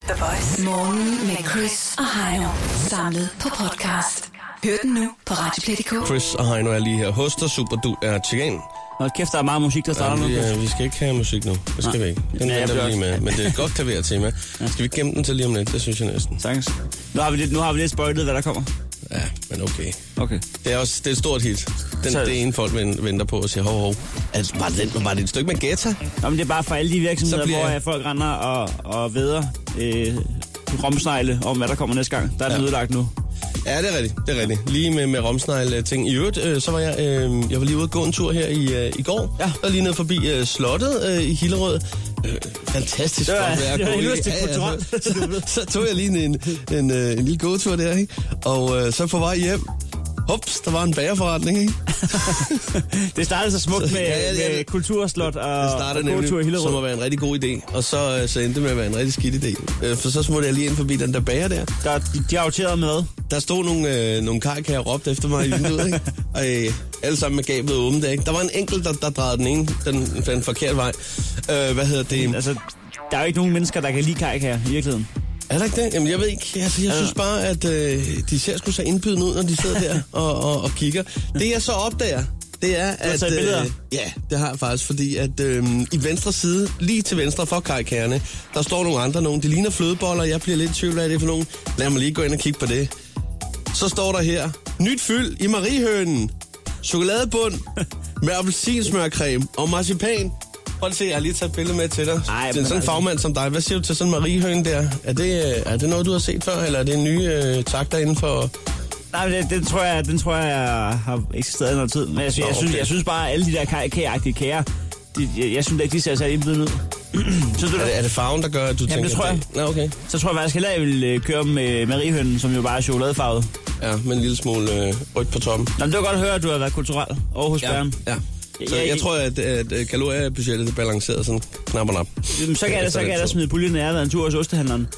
The Voice. Morgen med Chris og Heino. Samlet på podcast. Hør den nu på Radioplay.dk. Chris og Heino er lige her. Hoster super, du er chigan. Hold kæft, der er meget musik, der starter nu. Vi skal ikke have musik nu. Det skal vi ikke. Den venter vi lige med. Men det er et godt klaver-tema. Skal vi gemme den til lige om lidt? Det synes jeg næsten. Sagtens. Nu har vi lidt spoilet, hvad der kommer. Ja, men okay. Det er et stort hit. Det ene folk venter på og siger, hov. Altså, var det et stykke med Geta? Nå, men det er bare for alle de virksomheder, hvor folk render og væder romsnegle om, hvad der kommer næste gang. Der er det ødelagt nu. Ja, det er rigtigt. Lige med romsnegle ting. I øvrigt, så var jeg var lige ude at gå en tur her i går. Ja. Og lige ned forbi slottet i Hillerød. Fantastisk flot vejr. Så tog jeg lige en lille gåtur der, ikke? Og så på vej hjem. Hops, der var en bagerforretning, ikke? Det startede så smukt med kulturslot og gåtur i Hillerød. Som må være en rigtig god idé. Og så endte det med at være en rigtig skidt idé. For så smuttede jeg lige ind forbi den der bager der. De har afteret med. Der stod nogle karikager og råbte efter mig i vinduet, ikke? Og alle sammen med gabet åbent der, ikke? Der var en enkelt, der drejede den ene, den forkerte vej. Hvad hedder det? Altså, der er jo ikke nogen mennesker, der kan lide karikager i virkeligheden. Er der ikke det? Jamen, jeg ved ikke. Altså, jeg synes bare, at de ser sgu så indbydende ud, når de sidder der og kigger. Det, jeg så opdager, det er, at... ja, det har jeg faktisk, fordi at i venstre side, lige til venstre for karikærerne, der står nogle andre nogen. De ligner flødeboller, jeg bliver lidt i tvivl af det for nogen. Lad mig lige gå ind og kigge på det. Så står der her, nyt fyld i Mariehønen, chokoladebund med appelsinsmørcreme og marcipan. Prøv at se, jeg har lige taget et billede med til dig. Det er sådan en fagmand som dig. Hvad siger du til sådan en Mariehøne der? Er det noget, du har set før, eller er det en ny takter inden for... Nej, den tror jeg har eksisteret i noget tid. Men jeg synes bare, at alle de der karikageragtige kager, jeg synes ikke, de ser særlig indbydende ud. Er det farven, der gør, at du tænker... det tror jeg. Ja, okay. Så tror jeg faktisk hellere, at jeg vil køre med Mariehønen, som jo bare er chokoladefarvet. Ja, med en lille smule rødt på toppen. Nå, men det var godt at høre, at du har været kulturel over hos Bæren. Ja. Så jeg tror, at kaloriebudgettet er balanceret sådan knap og nap. Så kan jeg da smide puljen, når jeg har været en tur hos ostehandleren.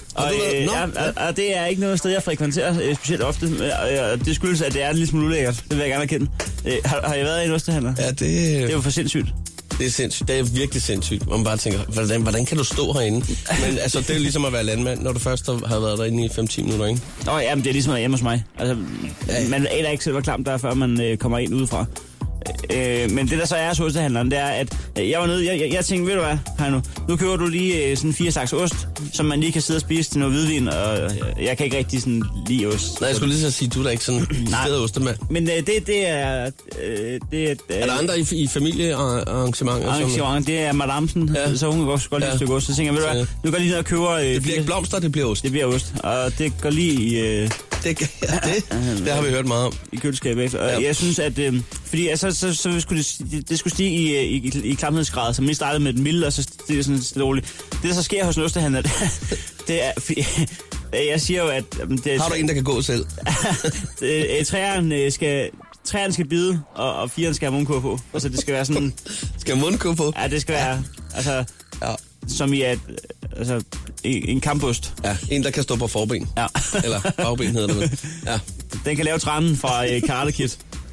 Og det er ikke noget sted, jeg frekventerer specielt ofte. Det skyldes, at det er en lille smule ulækkert. Det vil jeg gerne erkende. Har jeg været i en ostehandler? Ja, det er jo for sindssygt. Det er sindssygt. Det er virkelig sindssygt. Man bare tænker, hvordan kan du stå herinde? Men altså, det er jo ligesom at være landmand, når du først har været derinde i 5-10 minutter, ikke? Jamen, det er ligesom at være hjemme hos mig. Altså, man aner ikke selv, hvor klamt der er, før man kommer ind udefra. Men det der så er hos ostehandleren, det er, at jeg var nede, jeg tænkte, ved du hvad, Heino, nu køber du lige sådan 4 slags ost, som man lige kan sidde og spise til noget hvidvin, og jeg kan ikke rigtig sådan lide ost. Nej, jeg skulle lige så sige, du er da ikke sådan stedet ostemand. Men det er... er der andre i familiearrangementer? Det er Madamsen, så hun kan godt lide et stykke ost. Så tænker jeg, ved du hvad, nu går lige ned og køber... det bliver ikke blomster, det bliver ost. Det bliver ost, og det går lige i... Det har vi hørt meget om. I køleskabet efter. Og jeg synes, at... fordi så skulle det skulle stige i klamhedsgrad, så vi startede med den milde, og så stille sådan stille roligt. Det, der så sker hos en ostehandler, det er... Jeg siger jo, at... Har du en, der kan gå selv? Træerne skal bide, og 4'eren skal have mundkur på. Altså, det skal være sådan... Skal have mundkur på? Ja, det skal være... Altså... Ja. Som i en kampost. Ja, en, der kan stå på forben. Ja. Eller bagben hedder det vel. Ja. Den kan lave tranen fra Karate Kid.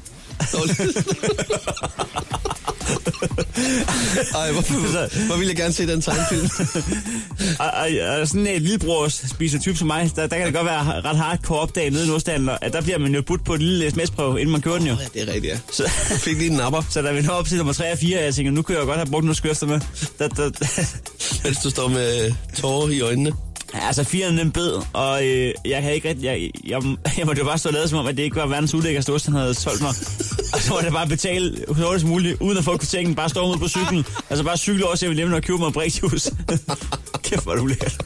Ej, hvor vil jeg gerne se den tegnefilm. og sådan en lillebror spiser type som mig, der kan det godt være ret hardcore opdag nede i en ostehandler, at der bliver man jo budt på et lille sms-prøve, inden man kører den jo. Ja, det er rigtigt, ja. Så jeg fik lige en napper. Så da vi når op til nummer 3 og 4, jeg tænker, nu kunne jeg godt have brugt noget skørster med. Mens du står med tårer i øjnene. Ja, altså 4'eren den bed, og jeg kan ikke rigtig... Jeg måtte jo bare stå og lade som om, at det ikke var verdens ulækkerste ost, han havde solgt mig. Og så måtte jeg bare betale hurtigst som muligt, uden at få kviteringen, bare stå ud på cyklen. Altså bare cykle over, så jeg ville nemlig købe mig brikjuice. Kæft, hvor er det ulækkert.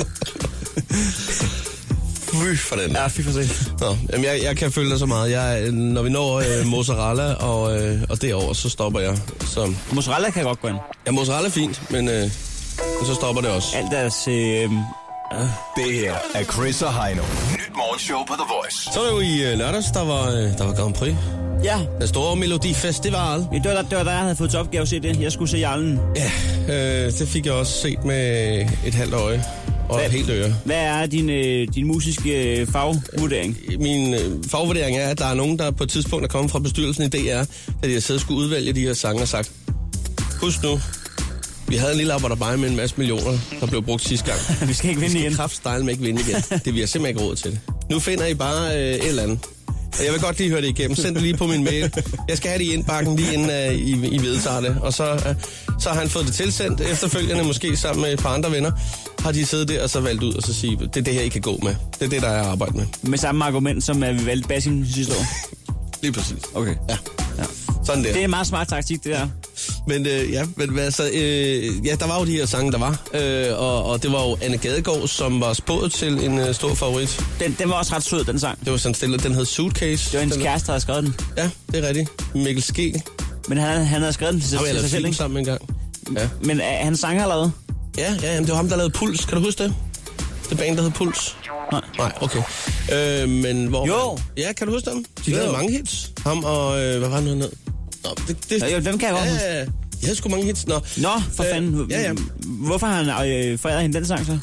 Fy for den. Ja, fy for den. Nå, jamen jeg kan følge dig så meget. Når vi når mozzarella og derover, så stopper jeg. Så. Mozzarella kan godt gå ind. Ja, mozzarella er fint, men så stopper det også. Alt deres... Det her er Chris og Heino. Nyt morgenshow på The Voice. Så er det jo i lørdags, der var Grand Prix. Ja. Den store Melodifestival. Det var der, jeg havde fået til opgave at se det. Jeg skulle se Jarlen. Ja, det fik jeg også set med et halvt øje og et helt øre. Hvad er din musiske fagvurdering? Min fagvurdering er, at der er nogen, der på et tidspunkt er kommet fra bestyrelsen i DR, da de har siddet og skulle udvælge de her sange og sagt, husk nu, Vi havde en lille abonnement med en masse millioner, der blev brugt sidste gang. Vi skal ikke vinde igen. Vi skal kraftstyle med ikke vinde igen. Det vi har simpelthen ikke råd til det. Nu finder I bare et eller andet. Og jeg vil godt lige høre det igennem. Send det lige på min mail. Jeg skal have det i indbakken lige inden I vedtager det. Og så har han fået det tilsendt. Efterfølgende, måske sammen med et par andre venner, har de siddet der og så valgt ud og så sige, det er det her, I kan gå med. Det er det, der er arbejde med. Med samme argument, som vi valgte Basim sidste år. Lige præcis. Okay. Ja. Sådan der. Det er en meget smart taktik, det der. Men der var jo de her sange, der var. Og det var jo Anne Gadegaard, som var spået til en stor favorit. Den var også ret sød, den sang. Det var sådan stille. Den hed Suitcase. Det var hendes kæreste, der havde skrevet den. Ja, det er rigtigt. Mikkel Skeel. Men han havde skrevet den til sig selv, ikke? Sammen en gang. Ja. Men han sang allerede? Ja, det var ham, der lavede Puls. Kan du huske det? Det band, der hed Puls. Nej, okay. Men hvor... Jo! Ja, kan du huske dem? De lavede mange hits. Ham og... hvad var han hed? Jo, dem kan jeg godt huske. Jeg havde sgu mange hits. Nå, for fanden. Ja. Hvorfor har han foræret hende den sang så?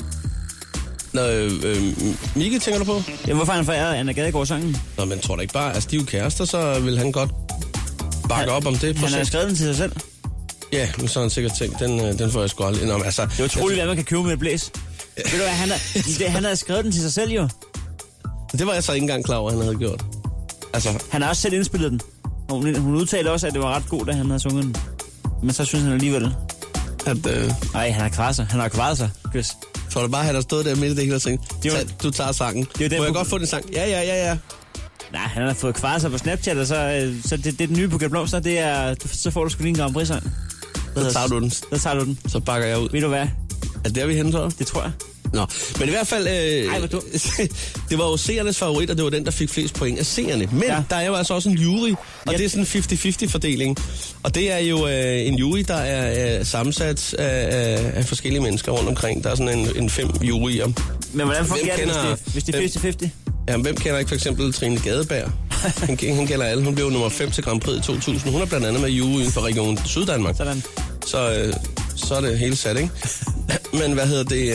Mikke, tænker du på? Ja, hvorfor har han foræret Anna Gadegaard sangen? Nå, men tror da ikke bare, altså de er jo kærester, så vil han godt bakke op om det. Han har skrevet den til sig selv? Ja, men så har han sikkert tænkt, den får jeg sgu aldrig indom. Altså, det er utroligt, hvad man kan købe med et blæs. Ved du hvad, han havde skrevet den til sig selv jo. Det var jeg så ikke engang klar over, han havde gjort. Altså, han har også selv indspillet den. Hun udtalte også, at det var ret godt, da han havde sunget den. Men så synes han alligevel... Nej, han har kvaret sig, Chris. Tror du bare, han har stået der midt i det hele og tænkt, du tager sangen. Må jeg godt få den sang? Ja. Nej, han har fået kvaret sig på Snapchat, og så det den nye Buket Blomster, det er... Så får du sgu lige en Grand Prix-sang. Så tager du den. Så bakker jeg ud. Ved du hvad? Er det der, vi henter? Det tror jeg. Nå, men i hvert fald, det var jo seernes favorit, og det var den, der fik flest point af seerne. Men der er jo altså også en jury, og det er sådan en 50-50 fordeling. Og det er jo en jury, der er sammensat af forskellige mennesker rundt omkring. Der er sådan en 5 juryer. Men hvordan fungerer det, hvis det er 50-50? Ja, hvem kender ikke for eksempel Trine Gadeberg? Hun gælder alle. Hun blev nummer 5 til Grand Prix i 2000. Hun er blandt andet med i juryen for Region Syddanmark. Sådan. Så er det hele sat, ikke? Men hvad hedder det?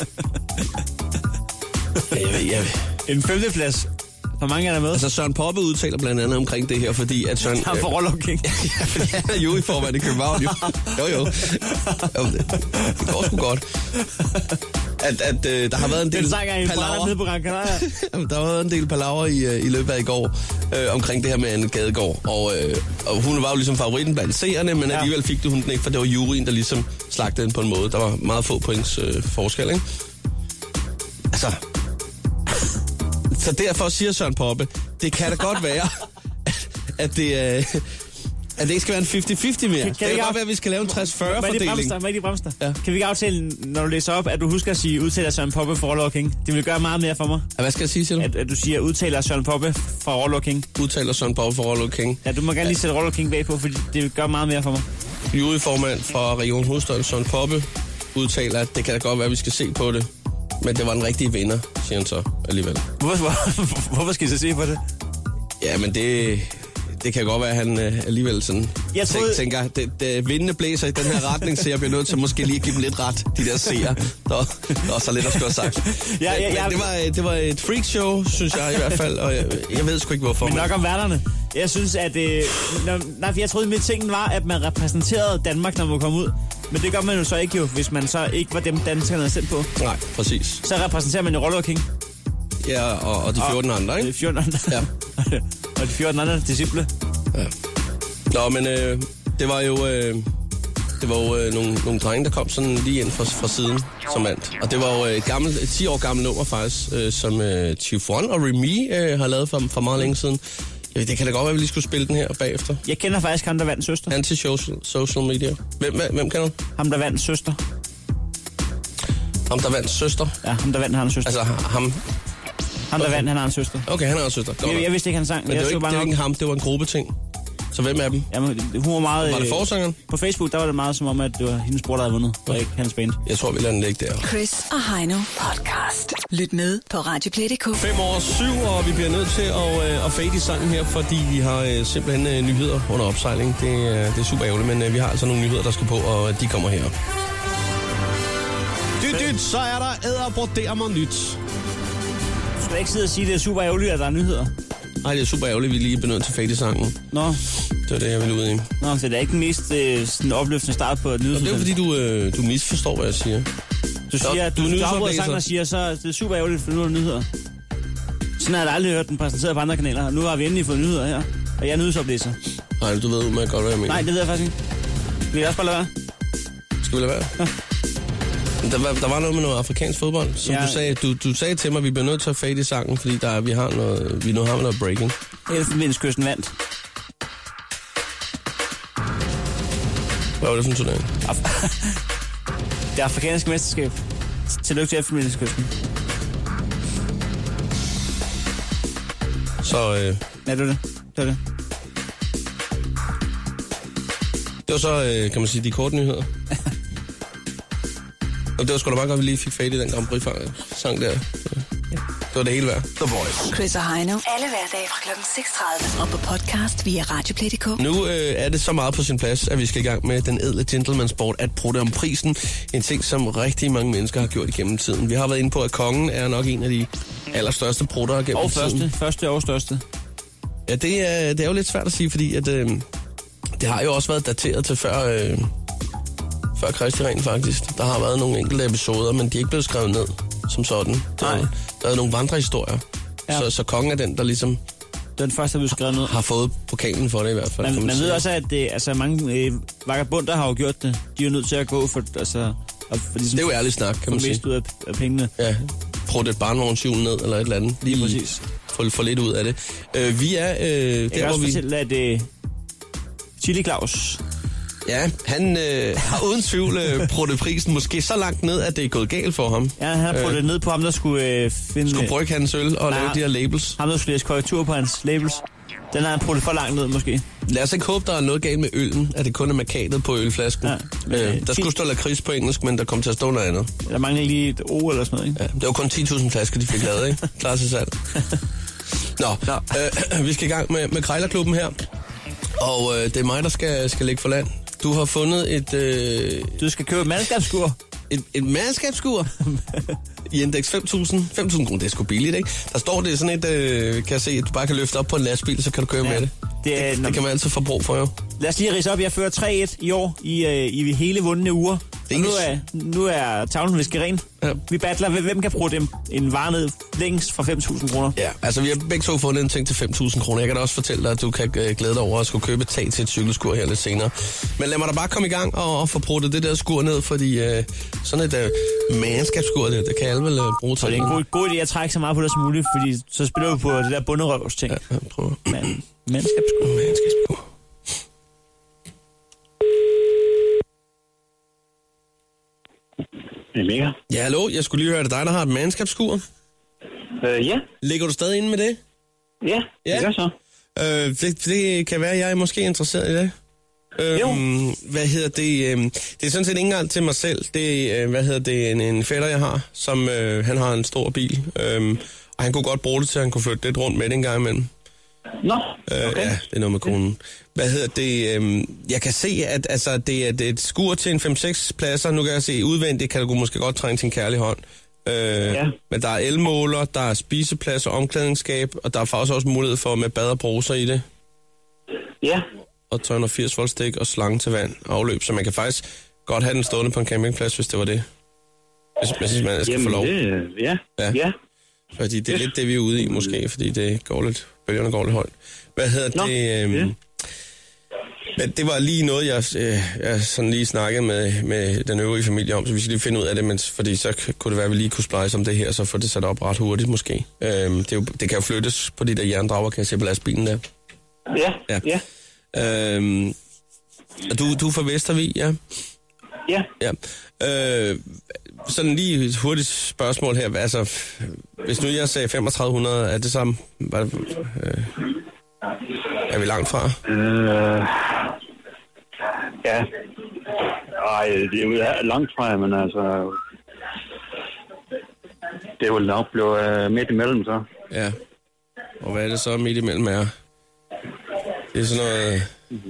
En 5. plads. Hvor mange er der med? Altså Søren Poppe udtaler blandt andet omkring det her, fordi at Søren... Han får Rollo King. Ja, fordi han er juryformand i København, jo. Jo. Det går sgu godt. At der har været en del palaver. Der har været en del palaver i løbet af i går omkring det her med Anne Gadegaard. Og hun var jo ligesom favoritten blandt seerne, men alligevel fik hun den ikke, for det var juryen, der ligesom slagte den på en måde. Der var meget få points forskel, ikke? Altså... Så derfor siger Søren Poppe, det kan da godt være, at det ikke skal være en 50-50 mere. Det kan godt være, at vi skal lave en 60-40 fordeling. Hvad er de bremster? Ja. Kan vi ikke aftale, når du læser op, at du husker at sige, udtaler Søren Poppe for Rollo King? Det vil gøre meget mere for mig. Hvad skal jeg sige til at du siger, udtaler Søren Poppe for Rollo King. Udtaler Søren Poppe for Rollo King. Ja, du må gerne lige sætte Rollo King bagpå, fordi det vil gøre meget mere for mig. Juryformand fra Region Hovedstaden, Søren Poppe, udtaler, at det kan da godt være, at vi skal se på det. Men det var den rigtige vinder, siger han så alligevel. Hvorfor skal I så se på det? Ja, men det kan godt være, at han alligevel sådan tænker, det vindende blæser i den her retning, så jeg bliver nødt til måske lige at give dem lidt ret, de der seere. Der er så lidt at skulle have sagt. Men det var et freakshow, synes jeg i hvert fald, og jeg ved sgu ikke, hvorfor. Men nok om værterne. Jeg synes, at... jeg troede, at tingen var, at man repræsenterede Danmark, når man kom ud. Men det gør man jo så ikke, hvis man så ikke var dem, danskerne havde sendt på. Nej, præcis. Så repræsenterer man jo Rollo King. Ja, og de 14 andre, ikke? De 14 andre. Ja. Og de 14 andre disciple. Ja. Nå, men det var jo nogle drenge, der kom sådan lige ind fra siden som vandt. Og det var jo et 10 år gammelt nummer faktisk, som Chiffon og Remy har lavet for meget længe siden. Det kan da godt være, at vi lige skulle spille den her bagefter. Jeg kender faktisk ham, der vandt søster. Anti-social media. Hvem kender du? Ham, der vandt søster. Ham, der vandt søster? Ja, ham, der vandt, han har en søster. Altså ham... Ham, der vandt, han har en søster. Okay, han har en søster. Jeg vidste ikke, han sang. Men det var ikke ham, det var en gruppeting. Så hvem er dem? Jamen, hun var meget... Var det forsangeren? På Facebook, der var det meget som om, at det var hendes bror, der havde vundet, og ikke hans band. Jeg tror, vi lader den ligge der. Chris og Heino podcast. Lyt med på RadioPlay.dk. 5:07, og vi bliver nødt til at fade i sangen her, fordi vi har simpelthen nyheder under opsejling. Det er super ærgerligt, men vi har altså nogle nyheder, der skal på, og de kommer her. Dyt, så er der æderbordere mig nyt. Du skal ikke sidde og sige, at det er super ærgerligt, at der er nyheder. Nej, det er super ærgerligt, at vi lige er benødt til fade-sangen. Nå. Det var det, jeg ville ud i. Nå, så det er ikke den mest sådan opløftende start på et nyhedsudsendelse. Det er fordi, du misforstår, hvad jeg siger. Du siger, at du afbryder sangen og siger, så det er super ærgerligt, for nu er der nyheder. Sådan har jeg aldrig hørt den præsenteret på andre kanaler, og nu har vi endelig fået nyheder her. Og jeg er nyhedsoplæser. Nej, du ved udmærket godt, hvad jeg mener. Nej, det ved jeg faktisk ikke. Vil jeg også bare lade være? Skal vi lade være? Ja. Der var noget med noget afrikansk fodbold, som du sagde. Du sagde til mig, at vi bliver nødt til at fade i sangen, fordi vi nu har noget breaking. Elfenbenskysten vandt. Hvad var det for en turnering? Det afrikanske mesterskab. Tillykke til Elfenbenskysten. Så Ja, det var det. Det var så, kan man sige, de korte nyheder. Og det var sgu da meget godt, at vi lige fik fat i den Grand Prix-sang der. Det var det hele værd. The Voice. Chris og Heino. Alle hverdage fra kl. 6:30. Og på podcast via Radioplay.dk. Nu er det så meget på sin plads, at vi skal i gang med den ædle gentleman-sport at prutte om prisen. En ting, som rigtig mange mennesker har gjort igennem tiden. Vi har været inde på, at kongen er nok en af de allerstørste prutter gennem og tiden. Første og største. Ja, det er jo lidt svært at sige, fordi at, det har jo også været dateret til før Kristi rent faktisk. Der har været nogle enkelte episoder, men de er ikke blevet skrevet ned som sådan. Der er nogle vandrehistorier. Ja. Så kongen er den, der ligesom den første, der blev skrevet ned. Har fået pokalen for det i hvert fald. Man ved også, at mange vagabunder har jo gjort det. De er jo nødt til at gå for... det er jo ærligt snak, kan man sige. Mest ud af pengene. Ja, prutte et barnevognshjul ned eller et eller andet. Lige præcis. Få lidt ud af det. Vi er jeg kan også fortælle, at Chili Claus... Ja, han har uden tvivl pruttet prisen måske så langt ned, at det er gået galt for ham. Ja, han har pruttet ned på ham, der skulle finde... Skulle brygge hans øl og lave de her labels. Ham, der skulle læse korrektur på hans labels. Den har han pruttet for langt ned, måske. Lad os ikke håbe, der er noget galt med øllen, at det kun er markatet på ølflasken. Ja, der skulle stå lakrids på engelsk, men der kom til at stå noget andet. Der mangler lige et O eller sådan noget, ikke? Ja, det var kun 10.000 flasker, de fik lavet, ikke? Klar til salg. Nå. Vi skal i gang med Krejlerklubben her. Og det er mig, der skal lægge for land. Du har fundet et... Du skal købe et mandskabsskur. Et mandskabsskur? I indeks 5.000. 5.000 kroner, det er sgu billigt, ikke? Der står det sådan et, kan jeg se, at du bare kan løfte op på en lastbil, så kan du køre med det. Det kan man altid få brug for, jo. Lad os lige ridse op. Jeg fører 3-1 i år i hele vundne uger. Nu er tavlen visket ren. Ja. Vi battler, hvem kan bruge en vare ned længst fra 5.000 kroner? Ja, altså vi har begge to fundet en ting til 5.000 kroner. Jeg kan da også fortælle dig, at du kan glæde dig over at skulle købe et tag til et cykelskur her lidt senere. Men lad mig da bare komme i gang og få bruttet det der skur ned, fordi sådan et mandskabsskur, det kan alle vel bruge til. Og det er en god idé at trække så meget på det som muligt, fordi så spiller vi på det der bunderøvsting. Ja, prøv. Mandskabsskur. Ja, hallo. Jeg skulle lige høre, at det dig, der har et mandskabsskur. Ja. Ligger du stadig inde med det? Ja, det gør så. Det kan være, at jeg er måske interesseret i det. Hvad hedder det? Det er sådan set ikke engang til mig selv. Det er, en fætter, jeg har, som han har en stor bil. Og han kunne godt bruge det til, at han kunne flytte lidt rundt med det en gang imellem. Nå, okay. Ja, det er noget med konen. Hvad hedder det? Jeg kan se, at altså, det er et skur til en 5-6 pladser. Nu kan jeg se, udvendigt kan du måske godt trænge til en kærlig hånd. Men der er elmåler, der er spiseplads og omklædningsskab, og der er faktisk også mulighed for med bad og bruser i det. Ja. Og 380 volt stik og slange til vand og afløb, så man kan faktisk godt have den stående på en campingplads, hvis det var det. Hvis man skal få lov. Ja. Fordi det er lidt det, vi er ude i måske, fordi bølgerne går lidt højt. Hvad hedder det? Men det var lige noget, jeg sådan lige snakkede med den øvrige familie om, så vi skal lige finde ud af det, fordi så kunne det være, at vi lige kunne splejse om det her, så få det sat op ret hurtigt måske. Det kan jo flyttes på de der jerndrager, kan jeg se på lastbilen der. Ja. Du er fra Vestervig, ja? Ja. Sådan lige et hurtigt spørgsmål her. Altså, hvis nu jeg sagde 3500, er det samme? Er vi langt fra? Ja. Ej, det er jo langt fra, men altså... Det er jo nok blevet midt imellem, så. Ja. Og hvad er det så midt imellem er? Det er sådan noget...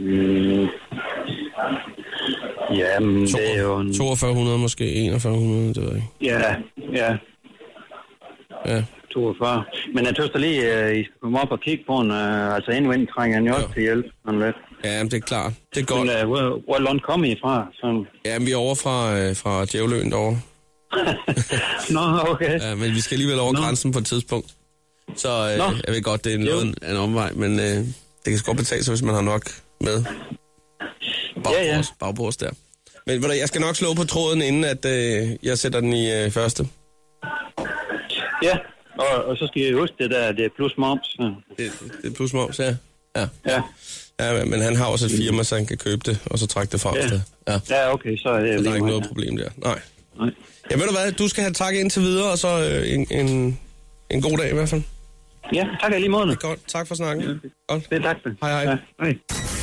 Jamen, det er jo... 4200 måske, 4100, det ved jeg ikke. Ja. Ja. 42. Men jeg tøster lige, I skal komme op og kigge på en, altså indvendt trænger han jo også til hjælp. Ja, det er klart. Det er godt. Men hvor Lund kom I fra? Sådan. Ja, vi er over fra Djævløen derovre. Nå, okay. Ja, men vi skal alligevel over grænsen på et tidspunkt. Så jeg ved godt, det er noget af en omvej, men det kan sgu godt betale sig, hvis man har nok med bagbords der. Men jeg skal nok slå på tråden, inden at jeg sætter den i første. Ja, og så skal I huske det der, det er plus moms. Ja. Det er plus moms, ja. Ja, men han har også et firma, så han kan købe det, og så trække det fra os. Ja, okay, så er det... Så der er ikke noget problem der. Nej. Ja, ved du hvad, du skal have tak indtil videre, og så en god dag i hvert fald. Ja, tak lige måde. Godt, tak for snakken. Ja. Godt. Det er tak. Hej. Ja, hej.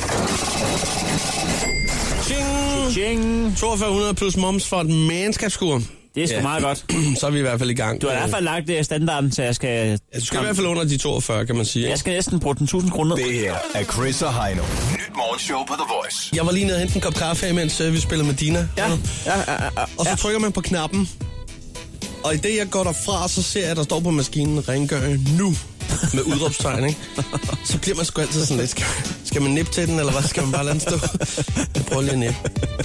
Ching! 4200 plus moms for et mandskabsskur. Det er sgu meget godt. Så er vi i hvert fald i gang. Du har i hvert fald lagt standarden, så jeg skal... Ja, du skal i hvert fald under de 42, kan man sige. Jeg skal næsten bruge den 1000 kroner. Det her er Chris og Heino. Nyt morgenshow på The Voice. Jeg var lige nede og hente en kop kaffe, mens vi spillede med Dina. Ja. Og så trykker man på knappen. Og i det, jeg går derfra, så ser jeg, at der står på maskinen, rengør nu, med udråbstegn, ikke? Så bliver man sgu altid sådan lidt, skal man nippe til den, eller hvad? Skal man bare lade den stå? Jeg prøver lige at nippe.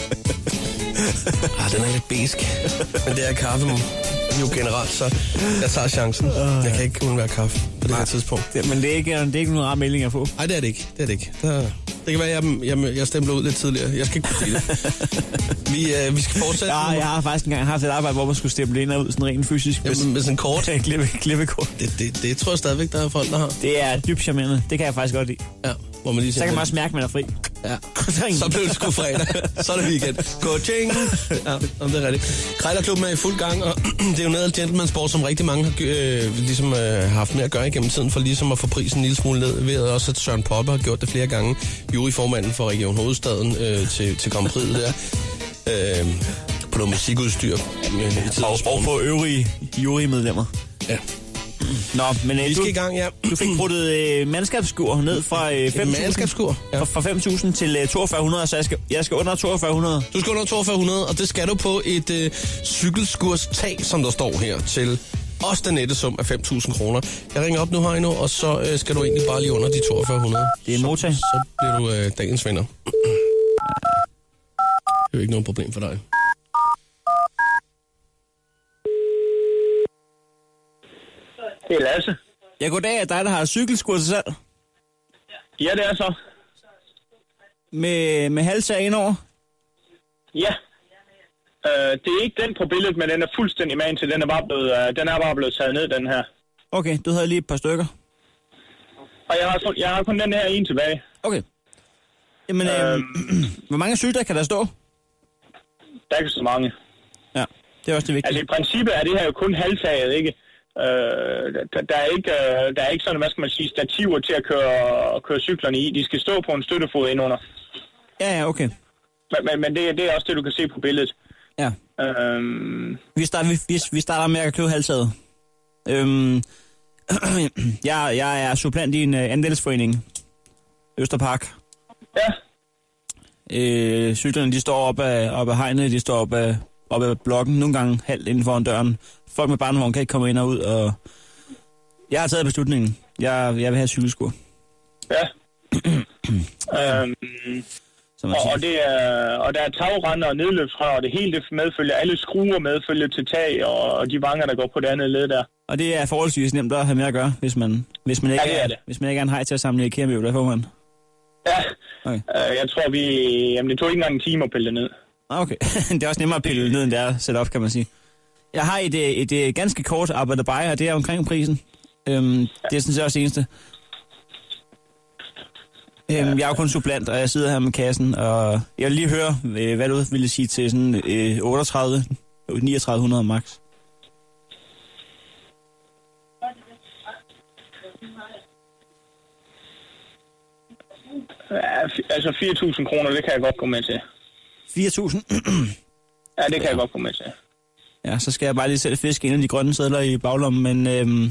Den er lidt besk. Men det er kaffe jo generelt, så jeg tager chancen. Jeg kan ikke undvære kaffe på det her tidspunkt. Men det er ikke nogen rar melding at få. Nej, det er det ikke. Det kan være, at jeg stempler ud lidt tidligere. Jeg skal ikke kunne sige det. Vi skal fortsætte. Ja, jeg har faktisk engang haft et arbejde, hvor man skulle stemple ind og ud sådan rent fysisk. Med sådan en kort? Klippekort. Det tror jeg stadigvæk, der er folk, der har. Det er dybt charmerende. Det kan jeg faktisk godt lide. Ja, hvor man lige så kan man også mærke, at man er fri. Ja. Så blev det sgu fredag. Så er det weekend. Coaching. Ja, det er rigtigt. Krejlerklubben er i fuld gang, og det er jo noget af gentleman-sport, som rigtig mange har haft med at gøre igennem tiden, for ligesom at få prisen en lille smule ned. Ved også, at Søren Poppe har gjort det flere gange. Juryformanden for Region Hovedstaden til Grand Prix der. På noget musikudstyr. Og på øvrige jurymedlemmer. Ja. Nå, men vi skal i gang, ja. Du fik bruttet mandskabsskur ned fra 5.000. Mandskabsskur? Ja. Fra 5.000 til 4.200, så jeg skal under 4.200. Du skal under 4.200, og det skal du på et cykelskurs tag, som der står her, til også den nette sum af 5.000 kroner. Jeg ringer op nu, Heino, og så skal du egentlig bare lige under de 4.200. Det er en Nota. Så bliver du dagens vinder. Det er jo ikke noget problem for dig. Det er Lasse. Ja, goddag, er dig, der har cykelskurs til salg? Ja, det er så. Med halvtag indover? Ja. Det er ikke den på billedet, men den er fuldstændig man til. Den er bare blevet taget ned, den her. Okay, du havde lige et par stykker. Og jeg har kun den her en tilbage. Okay. Jamen, hvor mange cykler kan der stå? Der er ikke så mange. Ja, det er også det vigtige. Altså i princippet er det her jo kun halvtaget, ikke? Der er ikke sådan, hvad skal man sige, stativer til at køre cyklerne i. De skal stå på en støttefod indunder. Ja, okay. Men det er også det, du kan se på billedet. Ja. Vi starter med at købe halvtaget. Jeg er supplant i en andelsforening. Østerpark. Ja. Cyklerne, de står op ad hegnet, de står op ad blokken, nogle gange halvt inden foran døren. Folk med barnevogn kan ikke komme ind og ud, og jeg har taget beslutningen. Jeg vil have cykelskur. Ja. Og der er tagrender og nedløbsrør, og det hele det medfølger. Alle skruer medfølger til tag, og de vanger, der går på det andet led der. Og det er forholdsvis nemt at have med at gøre, hvis man ikke er en hej til at samle IKEA-møbler, der får man. Ja, okay. Jeg tror det tog ikke engang en time at pille det ned. Okay, det er også nemmere at pille ned, end det er at sætte op, kan man sige. Jeg har et ganske kort arbejde bare, og det er omkring prisen. Det er sådan set også det eneste. Jeg er jo kun supplant, og jeg sidder her med kassen, og jeg vil lige høre, hvad du ville sige til sådan 3900 max. Altså 4.000 kroner, det kan jeg godt gå med til. 4.000? Ja, det kan jeg godt gå med til. Ja, så skal jeg bare lige selv fiske en af de grønne sedler i baglommen, men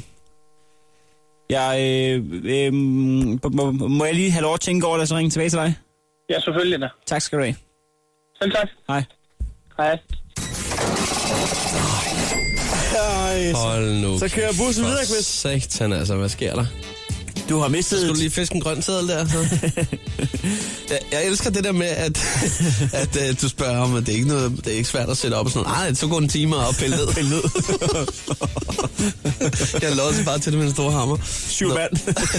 må jeg lige have lov at tænke over det, så ringe tilbage til dig? Ja, selvfølgelig da. Tak skal du have. Selv tak. Hej. Hej. Hold nu. Så kører bussen videre, Chris. Satan, altså, hvad sker der? Du har mistet... Skulle du lige fiske en grøn seddel der? Jeg elsker det der med, at du spørger om, at det er ikke svært at sætte op og sådan noget. Nej, så går en time og pille ned. Jeg låser bare til det med en stor hammer. 7 mand.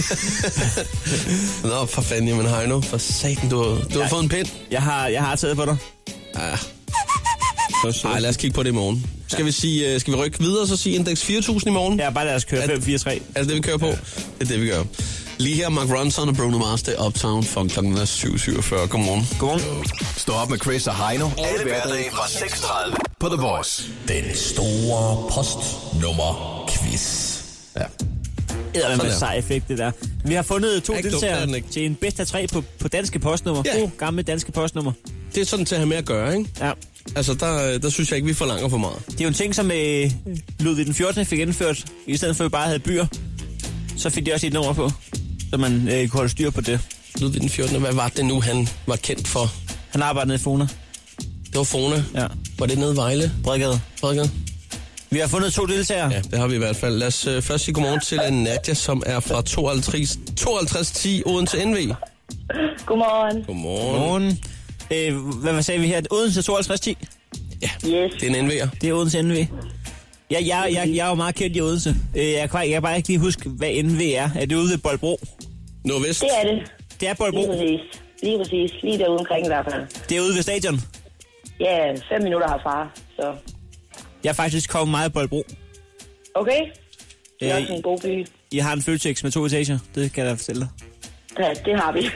Nå, for fanden, jamen Heino. For satan, du har fået en pind. Jeg har taget på dig. Ja. Nej, lad os kigge på det i morgen. Skal vi rykke videre og så sige indeks 4.000 i morgen? Ja, bare lad os køre 5-4-3. Er det det, vi kører på? Ja. Det er det, vi gør. Lige her, Mark Ronson og Bruno Mars, det er Uptown fra klokken 7.47. Godmorgen. Godmorgen. Stå op med Chris og Heino. Alle hverdage fra 6.30 på The Voice. Den store postnummer-quiz. Ja. Det er en sej effekt, det der. Vi har fundet 2 deltagere til en bedst af 3 på danske postnummer. Ja. God gamle danske postnummer. Det er sådan til at have med at gøre, ikke? Ja. Altså, der synes jeg ikke, vi forlanger for meget. Det er jo en ting, som Ludvig den 14. fik indført. I stedet for at vi bare havde byer, så fik de også et nummer på, så man kunne holde styr på det. Ludvig den 14. Hvad var det nu, han var kendt for? Han arbejdede nede i Fona. Det var Fona? Ja. Var det nede i Vejle? Bredgade. Vi har fundet 2 deltagere. Ja, det har vi i hvert fald. Lad os først sige godmorgen til Nadia, som er fra 5210 Odense NV. Godmorgen. Godmorgen. Hvad sagde vi her? Odense 5210? Ja, yes. Det er en NV'er. Det er Odense NV. Jeg er jo meget kendt i Odense. Jeg kan bare ikke lige huske, hvad NV er. Er det ude ved Bolbro? Nordvest? Det er det. Det er Bolbro? Lige præcis. Lige derude omkring i hvert fald. Det er ude ved stadion? Ja, 5 minutter herfra, så... Jeg er faktisk kommet meget i Bolbro. Okay. Det er også en god by. I har en Føtex med 2 etager. Det kan jeg da fortælle dig. Ja, det har vi.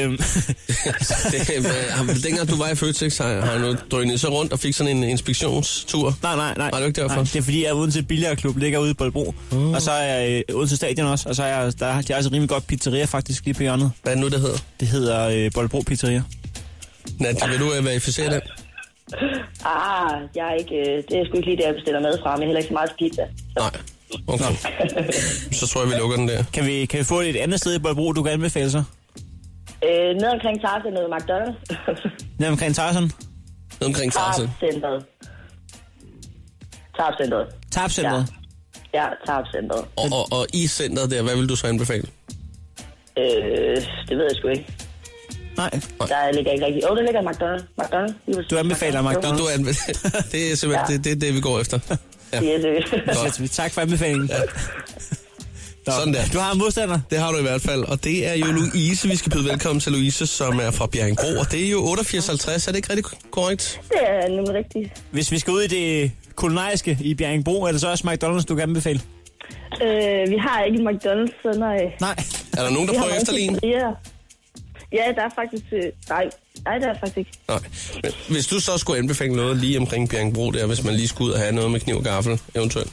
Dengang du var i Føtex, har du drønet så rundt og fik sådan en inspektionstur? Nej. Var det ikke derfor? Nej, det er fordi, jeg er Odense Billardklub, ligger ude i Bolbro. Og så er jeg Odense Stadion også. Og så er der er også et rimelig godt pizzeria faktisk lige på hjørnet. Hvad er det nu, det hedder? Det hedder Bolbro Pizzeria. Nadia, vil du verificere det? Jeg er ikke... Det er sgu ikke lige der, jeg bestiller med fra, men heller ikke så meget pizza. Nej. Okay. Så tror jeg, vi lukker den der. Kan vi få et andet sted i Bolbro, du kan anbefale sig? Nede omkring Tarzan, nede McDonald's. Nede omkring Tarzan? Nede omkring Tarzan. Tarp-centret. Ja, Tarp-centret. Og i centret der, hvad vil du så anbefale? Det ved jeg sgu ikke. Nej. Der ligger ikke rigtigt. Der ligger McDonald's. Du anbefaler McDonald's? Det er simpelthen det, vi går efter. Ja. Godt. Tak for anbefalingen. Ja. Sådan der. Du har en modstander. Det har du i hvert fald. Og det er jo Louise, vi skal byde velkommen til Louise, som er fra Bjerringbro. Og det er jo 8850. Er det ikke rigtig korrekt? Det er nemlig rigtigt. Hvis vi skal ud i det kulinariske i Bjerringbro, er det så også McDonald's, du kan anbefale? Vi har ikke en McDonald's, så nej. Er der nogen, der prøver efterlign? Ja, der er faktisk... Nej, det er faktisk ikke. Nej. Men hvis du så skulle anbefale noget lige omkring Bjerringbro der, hvis man lige skulle ud og have noget med kniv og gaffel, eventuelt?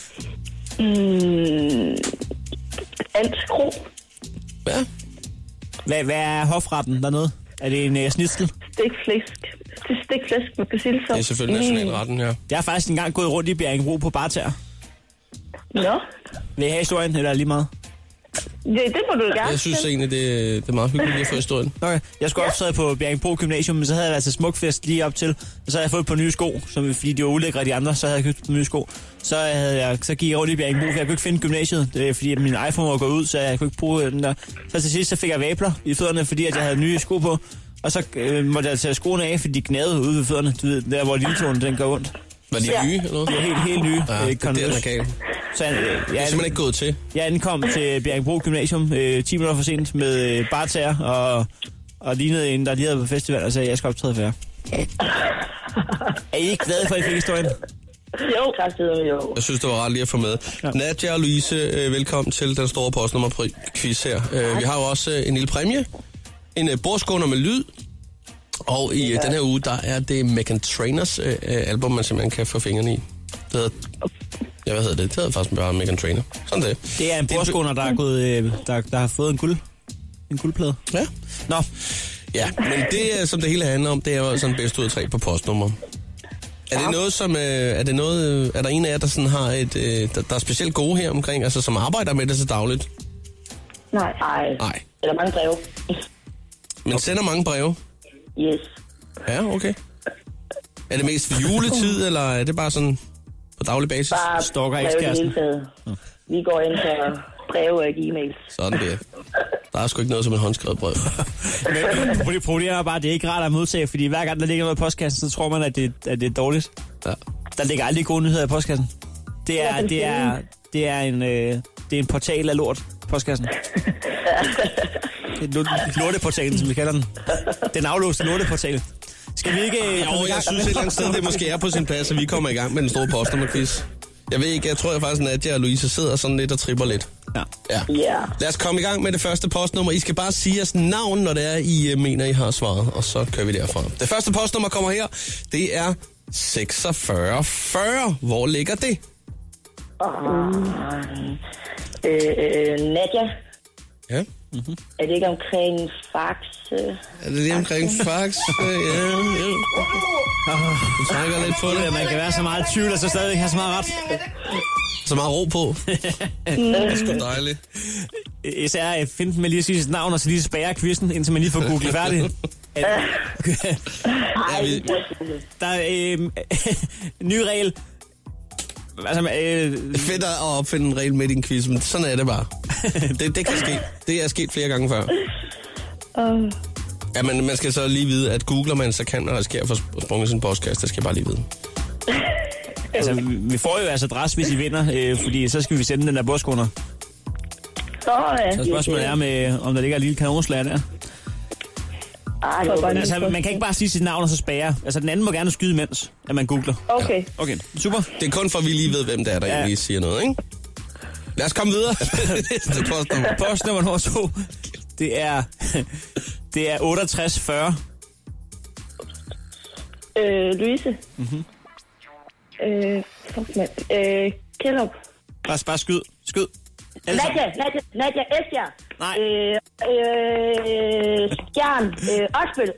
Andskro. Ja. Hvad er hofretten dernede? Er det en snitsel? Stikflæsk med persille. Det er selvfølgelig nationalretten, ja. Jeg har faktisk engang gået rundt i Bjerringbro på barter. Nå. Vil I have historien, eller lige meget? Det må du gerne. Jeg synes egentlig, det er meget hyggeligt at få historien. Okay. Jeg skulle optræde på Bjerringbro Gymnasium, men så havde jeg været til smukfest lige op til. Og så havde jeg fået et par nye sko, fordi de var ulækre de andre, så havde jeg købt et par nye sko. Så gik jeg rundt i Bjerringbro, for jeg kunne ikke finde gymnasiet, fordi min iPhone var gået ud, så jeg kunne ikke bruge den der. Så til sidst så fik jeg vabler i fødderne, fordi at jeg havde nye sko på. Og så måtte jeg tage skoene af, fordi de gnavede ude ved fødderne, du ved, der hvor lilletåen den går ondt. Var de nye, eller noget? Ja, helt nye. Ja, det er galt. Så jeg er simpelthen ikke gået til. Jeg ankom til Bjerringbro Gymnasium 10 minutter for sent med bartager og lignede en, der lige havde på festival, og sagde, at jeg skal optræde for jer. Er I ikke glade for, at I fik historien? Jo, jo. Jeg synes, det var ret lige at få med. Ja. Nadia og Louise, velkommen til den store postnummer-quiz her. Vi har jo også en lille præmie. En bordskåner med lyd. Og i den her uge, der er det Meghan Trainors album, man simpelthen kan få fingrene i. Det hedder... Ja, hvad hedder det? Det hedder faktisk bare Meghan Trainor. Sådan det. Det er en bordskåner, der er gået, der har fået en guldplade. Ja. Nå. Ja, men det, som det hele handler om, det er jo sådan bedst ud af 3 på postnummer. Er det noget, som... er der en af jer, der sådan har der er specielt gode her omkring, altså som arbejder med det så dagligt? Nej. Eller mange breve. Men sender mange breve? Yes. Ja, okay. Er det mest for juletid, eller er det bare sådan på daglig basis? Bare Stalker breve i det ekskæresten. hele taget. Vi går ind til breve og e-mails. Sådan det. Der er sgu ikke noget som en håndskrevet brev. Men problemet er bare, at det er ikke rart at modtage, fordi hver gang der ligger noget i postkassen, så tror man, at det er dårligt. Ja. Der ligger aldrig gode nyheder i postkassen. Det er en portal af lort, postkassen. Lorteportalen, som vi kalder den. Den aflåste lorteportal. Skal vi ikke komme i gang? Jeg synes et eller andet sted, det måske er på sin plads, at vi kommer i gang med den store postnummerquiz. Jeg ved ikke, jeg tror faktisk, at Nadia og Louise sidder sådan lidt og tripper lidt. Ja. Ja. Lad os komme i gang med det første postnummer. I skal bare sige jeres navn, når det er, I mener, I har svaret, og så kører vi derfra. Det første postnummer kommer her. Det er 4640. Hvor ligger det? Nadia, Ja. er det ikke omkring fax? Er det lige omkring fax? Ja. Du trækker lidt på det. Man kan være så meget i tvivl, og så stadig have så meget ret. Så meget ro på. Det er sgu dejligt. Især finden med lige at sige sit navn, og så lige spærre quizzen, indtil man lige får googlet færdigt. Der er ny regel. Altså, Fedt at opfinde en regel med din quiz, men sådan er det bare. Det kan ske. Det er sket flere gange før. Ja, men man skal så lige vide, at googler man, så kan man risikere at få sprunget sin postkasse. Det skal jeg bare lige vide. altså, vi får jo altså adresse, hvis I vinder, fordi så skal vi sende den der bordskunder. Så spørgsmålet er med, om der ligger et lille kanonslag der. Altså, man kan ikke bare sige sit navn og så spærre. Altså, den anden må gerne skyde, mens at man googler. Okay. Okay, super. Det er kun for, at vi lige ved, hvem det er, der egentlig siger noget, ikke? Lad os komme videre. Postnummer nummer 2, det er 6840. Louise. Kjellup. Bare skyd. Nadia, Esbjerg. Nej. Skjern. Osbøl.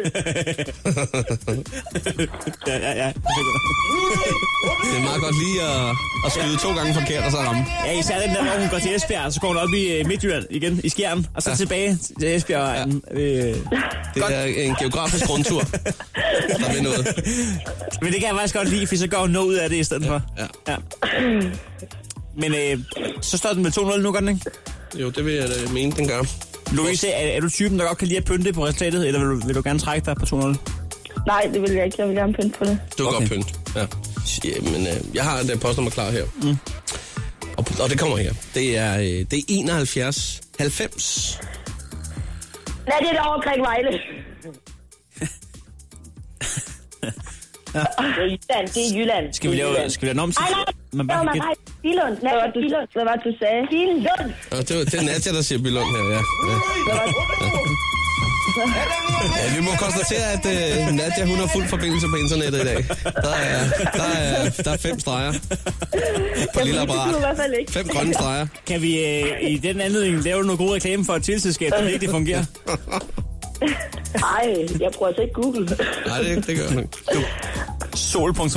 Ja. Det er meget godt lige at skyde 2 gange forkert, og så ramme. Ja, især den der, hvor hun går til Esbjerg, så går hun op i Midtjylland igen, i Skjern, og så tilbage til Esbjerg. Ja. Det er en geografisk rundtur, der vil noget. Men det kan jeg faktisk godt lide, for så går hun noget ud af det i stedet for. Ja. Men så står den med 2-0 nu, gør den ikke? Jo, det vil jeg da mene, den gør. Louise, er du typen, der godt kan lide at pynte på resultatet, eller vil du gerne trække dig på 2-0? Nej, det vil jeg ikke. Jeg vil gerne pynte på det. Du kan godt pynte. Ja. Jamen, jeg har den postnummer klar her. Og det kommer her. Det er 71 90. Nej, det er der omkring Vejle. Det er Jylland. Skal vi lave den om til? Nej, Billund. Hvad var det, du sagde? Billund. Det er Nadia, der siger Billund her, ja. Ja, vi må konstatere, at Nadia, hun har fuld forbindelse på internettet i dag. Der er 5 streger på lille apparat. 5 grønne streger. Kan vi i den anledning lave noget god reklame for et tilselskab, der virkelig fungerer? Nej, jeg bruger altså ikke Google. Nej, det gør jeg ikke. Sol.dk.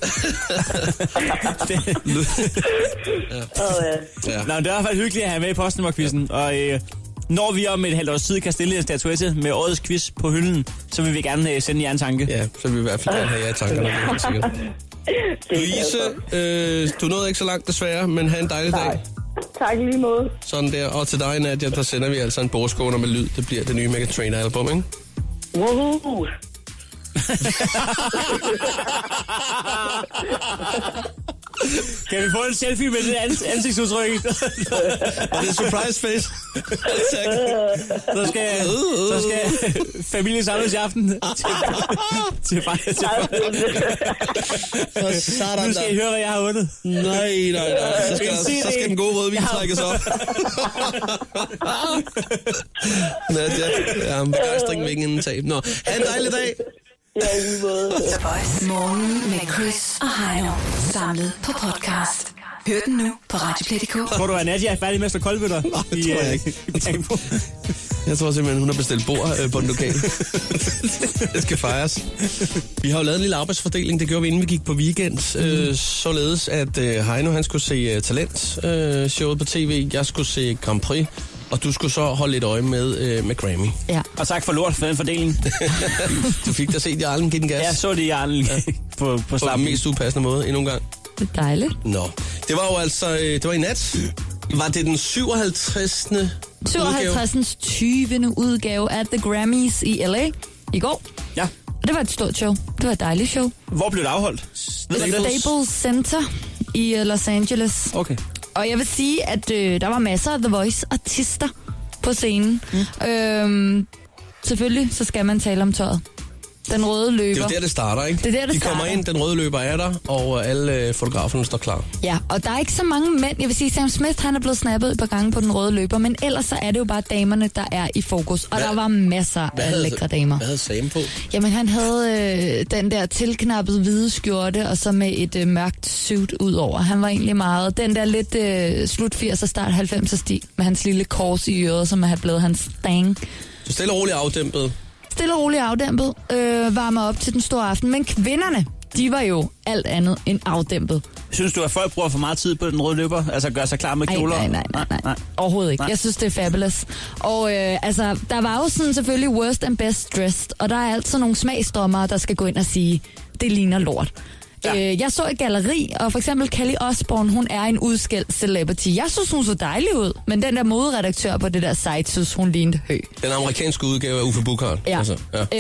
Ja. Nå, det er i hvert fald hyggeligt at have med i postnummerquizzen, og når vi om et halvt års tid kan stille en statuette med årets quiz på hylden, så vil vi gerne sende jer en tanke. Ja, så vil vi i hvert fald gerne have jer i tankerne. Louise, du nåede ikke så langt desværre, men have en dejlig dag. Tak i lige måde. Sådan der. Og til dig, Nadia, der sender vi altså en bordskåner med lyd. Det bliver det nye Mega Trainer-album, ikke? Woohoo! Kan vi få en selfie med det ansigtsudtryk? Det er surprise face. Så skal familien samles i aften til Sådan nu skal I høre, hvad jeg har vundet. Nej. Så skal den gode rødvin trækkes op. Nadia, jeg har en begejstring ved ingen tab. Nå, ha' en dejlig dag. Ja, i lige måde. The Voice. Morgen med Chris og Heino. Samlet på podcast. Hør den nu på radioplay.dk. Tror du, at Nadia er færdig med at slå koldbøtter? Nej, det tror jeg ikke. Jeg tror simpelthen, hun har bestilt bord på en lokal. Det skal fejres. Vi har jo lavet en lille arbejdsfordeling. Det gjorde vi, inden vi gik på weekend. Således, at Heino, han skulle se talentshowet på tv. Jeg skulle se Grand Prix. Og du skulle så holde lidt øje med Grammy. Ja. Og tak for lort for den fordeling. Du fik da set Jarlen give den gas. Jeg så det i Jarlen på den mest upassende måde endnu en gang. Det er dejligt. Nå, det var jo altså, det var i nat. Var det den 57. 57. 20. udgave af The Grammys i LA i går. Ja. Og det var et stort show. Det var et dejligt show. Hvor blev det afholdt? Staples Center i Los Angeles. Okay. Og jeg vil sige, at der var masser af The Voice-artister på scenen. Selvfølgelig, så skal man tale om tøjet. Den røde løber. Det er jo der, det starter, ikke? Det er der, det De kommer starter. ind, den røde løber er der, og alle fotograferne står klar. Ja, og der er ikke så mange mænd. Jeg vil sige, Sam Smith, han er blevet snappet et par gange på den røde løber, men ellers så er det jo bare damerne, der er i fokus. Og der var masser af lækre damer. Hvad havde Sam på? Jamen, han havde den der tilknappede hvide skjorte, og så med et mørkt suit ud over. Han var egentlig meget den der lidt slut 80'er, start 90'er stil, med hans lille kors i øret, som er blevet hans stang. Så stille og roligt afdæmpet. Stille og roligt afdæmpet, varmer op til den store aften. Men kvinderne, de var jo alt andet end afdæmpet. Synes du, at folk bruger for meget tid på den røde løber? Altså gør sig klar med kjoler? Nej. Overhovedet ikke. Nej. Jeg synes, det er fabulous. Og altså, der var jo sådan selvfølgelig worst and best dressed, og der er altid nogle smagsdommere, der skal gå ind og sige, det ligner lort. Ja. Jeg så et galleri, og for eksempel Kelly Osbourne, hun er en udskældt celebrity. Jeg synes, hun så dejlig ud, men den der moderedaktør på det der site, synes hun lignede hø. Den amerikanske udgave af Uffe Buchard. Ja. Altså,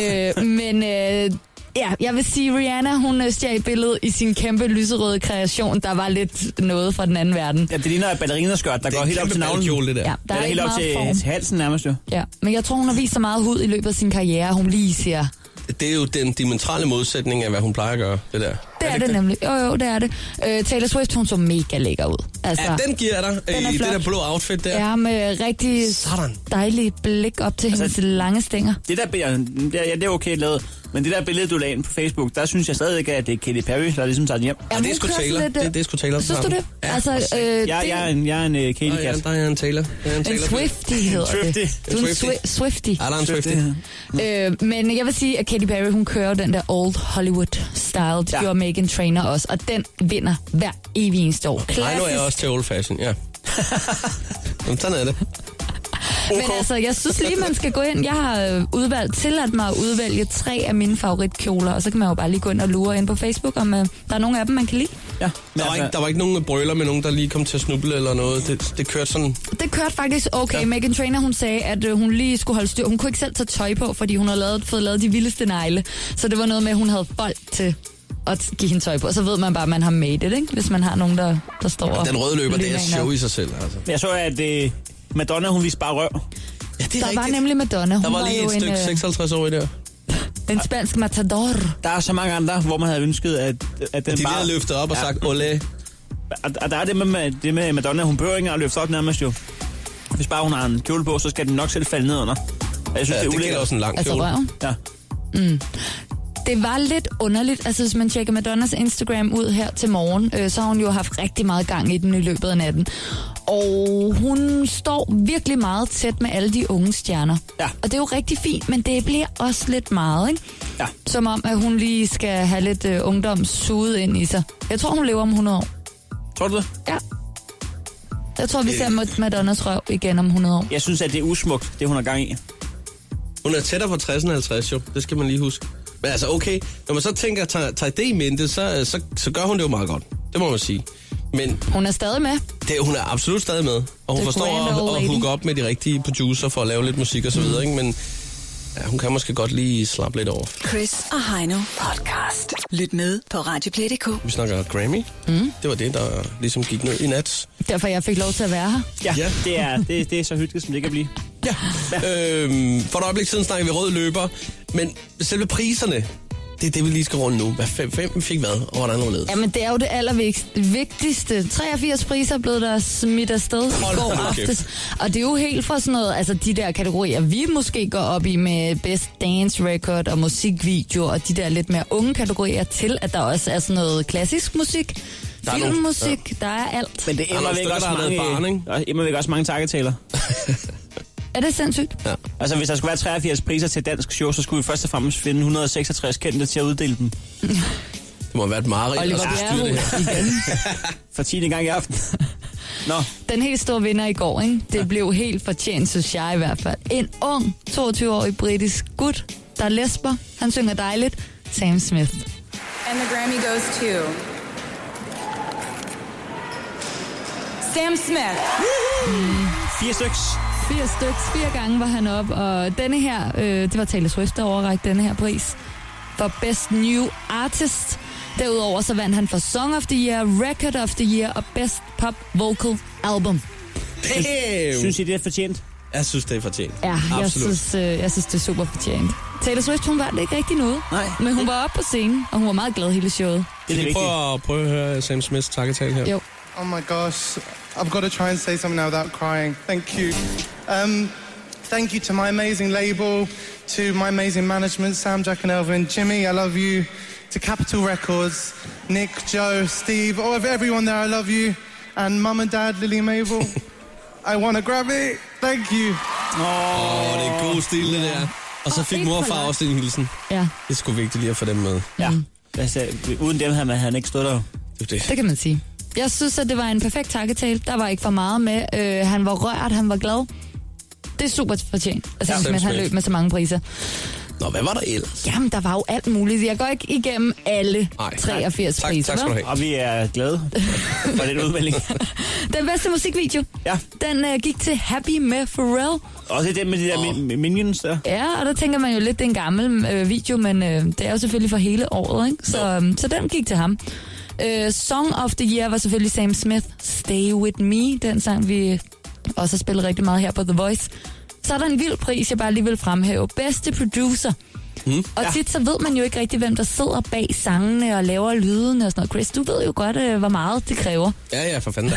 ja. Ja, jeg vil sige, Rihanna, hun stjal billedet i sin kæmpe lyserøde kreation. Der var lidt noget fra den anden verden. Ja, det ligner et ballerinerskørt, der går helt op til navlen. Det der. Ja, der er helt ikke op meget til halsen nærmest jo. Ja, men jeg tror, hun har vist så meget hud i løbet af sin karriere, hun lige siger... Det er jo den diametrale modsætning af, hvad hun plejer at gøre, det der. Det er det nemlig. Jo, det er det. Taylor Swift, hun så mega lækker ud. Altså, ja, den giver dig i det der blå outfit der. Ja, med rigtig dejlig blik op til hendes lange stænger. Det er okay lavet. Men det der billede, du lagde ind på Facebook, der synes jeg stadig ikke, at det er Katy Perry, der ligesom tager den hjem. Ja, det er sgu Taylor. Det er sgu Taylor. Synes du det? Ja, altså, jeg er en Katy-kat. Der er en Taylor. En Swiftie hedder det. Du er en Swiftie. Ja, der er en Swiftie. Men jeg vil sige, at Katy Perry, hun kører den der old Hollywood-style. Det gjorde Meghan Trainor også. Og den vinder hver evig eneste år. Nej, nu er jeg også til old fashion, ja. Sådan er det. Okay. Men altså, jeg synes lige, man skal gå ind. Jeg har tilladt mig at udvælge 3 af mine favoritkjoler, og så kan man jo bare lige gå ind og lure ind på Facebook, om der er nogle af dem, man kan lide. Ja. Der var ikke nogen brøler med nogen, der lige kom til at snuble eller noget. Det kørte sådan... Det kørte faktisk okay. Ja. Meghan Trainor, hun sagde, at hun lige skulle holde styr. Hun kunne ikke selv tage tøj på, fordi hun havde fået lavet de vildeste negle. Så det var noget med, at hun havde folk til at give hende tøj på. Og så ved man bare, at man har made it, ikke? Hvis man har nogen, der står og... Den røde løber, det er show i sig selv, altså. Jeg så, at Madonna, hun viste bare røv. Ja, det er der var nemlig Madonna. Hun der var lige et stykke 56 år i der. En spansk matador. Der er så mange andre, hvor man havde ønsket, at den de bare... De løftet op og sagt, olé. Og der er det med Madonna, hun behøver ikke at løfte op nærmest jo. Hvis bare hun har en kjole på, så skal den nok selv falde ned under. Og jeg synes, det er ulækkert. Også en lang kjole. Altså ja. Det var lidt underligt, altså hvis man tjekker Madonnas Instagram ud her til morgen, så har hun jo haft rigtig meget gang i den i løbet af natten. Og hun står virkelig meget tæt med alle de unge stjerner. Ja. Og det er jo rigtig fint, men det bliver også lidt meget, ikke? Ja. Som om, at hun lige skal have lidt ungdom suget ind i sig. Jeg tror, hun lever om 100 år. Tror du det? Ja. Jeg tror, vi ser Madonnas røv igen om 100 år. Jeg synes, at det er usmukt, det hun har gang i. Hun er tættere på 60 end 50, jo. Det skal man lige huske. Men altså, okay, når man så tænker, tager det i mente, så gør hun det jo meget godt. Det må man sige. Men hun er stadig med. Hun er absolut stadig med. Og hun forstår at hooke op med de rigtige producer for at lave lidt musik og så videre, ikke? Men ja, hun kan måske godt lige slappe lidt over. Chris og Heino podcast. Lyt med på radioplay.dk. Vi snakker Grammy. Det var det, der ligesom gik ned i nat. Derfor jeg fik lov til at være her. Ja. Det er så hyggeligt, som det kan blive. Ja. For et øjeblik siden snakker vi rød løber. Men selve priserne, det er det, vi lige skal runde nu. Hvem fik hvad, og hvordan var det? Jamen, det er jo det allervigtigste. 83 priser blev der smidt afsted i går aftes. Og det er jo helt fra sådan noget, altså de der kategorier, vi måske går op i med Best Dance Record og musikvideo, og de der lidt mere unge kategorier, til at der også er sådan noget klassisk musik, filmmusik, der er alt. Men det er immer væk også mange takketaler. Er det sindssygt? Ja. Altså, hvis der skulle være 83 priser til dansk show, så skulle vi først og fremmest finde 166 kendte til at uddele dem. Det må have været meget Oliver Bjerrehuus igen. For 10. gang i aften. Nå. Den helt store vinder i går, ikke? Det blev helt fortjent, synes jeg i hvert fald. En ung, 22-årig britisk gut, der er lesber. Han synger dejligt. Sam Smith. And the Grammy goes to Sam Smith. 4 styks. 4 gange var han op, og denne her, det var Taylor Swift, der overrakte denne her pris for Best New Artist. Derudover så vandt han for Song of the Year, Record of the Year og Best Pop Vocal Album. Damn. Synes I, det er fortjent? Jeg synes, det er fortjent. Ja, jeg synes, det er super fortjent. Taylor Swift, hun vandt ikke rigtig noget. Nej. Men hun var oppe på scenen, og hun var meget glad hele showet. Det er vigtigt. Prøv at høre Sam Smiths takketale her. Jo. Oh my gosh, I've got to try and say something now without crying. Thank you. Thank you to my amazing label, to my amazing management, Sam, Jack and Elvin. Jimmy, I love you. To Capitol Records, Nick, Joe, Steve, everyone there, I love you. And Mum and Dad, Lily and Mabel, I want a Grammy. Thank you. Det er god stil, det der. Og så fik mor og far også en hilsen. Ja. Det er sgu vigtigt lige at få dem med. Ja. Altså, uden dem havde han ikke stået der. Det kan man sige. Jeg synes, at det var en perfekt takketale. Der var ikke for meget med. Han var rørt, han var glad. Det er super fortjent. Altså, ja, han løb med så mange priser. Nå, hvad var der ellers? Jamen, der var jo alt muligt. Jeg går ikke igennem alle 83 priser. Tak skal du have. Og vi er glade for den udmelding. Den bedste musikvideo, den gik til Happy med Pharrell. Og det er den med de der Minions der. Ja, og der tænker man jo lidt, det er en gammel video, men det er jo selvfølgelig for hele året, ikke? Så den gik til ham. Song of the Year var selvfølgelig Sam Smith, Stay With Me, den sang, vi også har spillet rigtig meget her på The Voice. Så er der en vild pris, jeg bare lige vil fremhæve. Bedste producer. Og tit så ved man jo ikke rigtig, hvem der sidder bag sangene og laver lydene og sådan noget. Chris, du ved jo godt, hvor meget det kræver. Ja, for fanden da.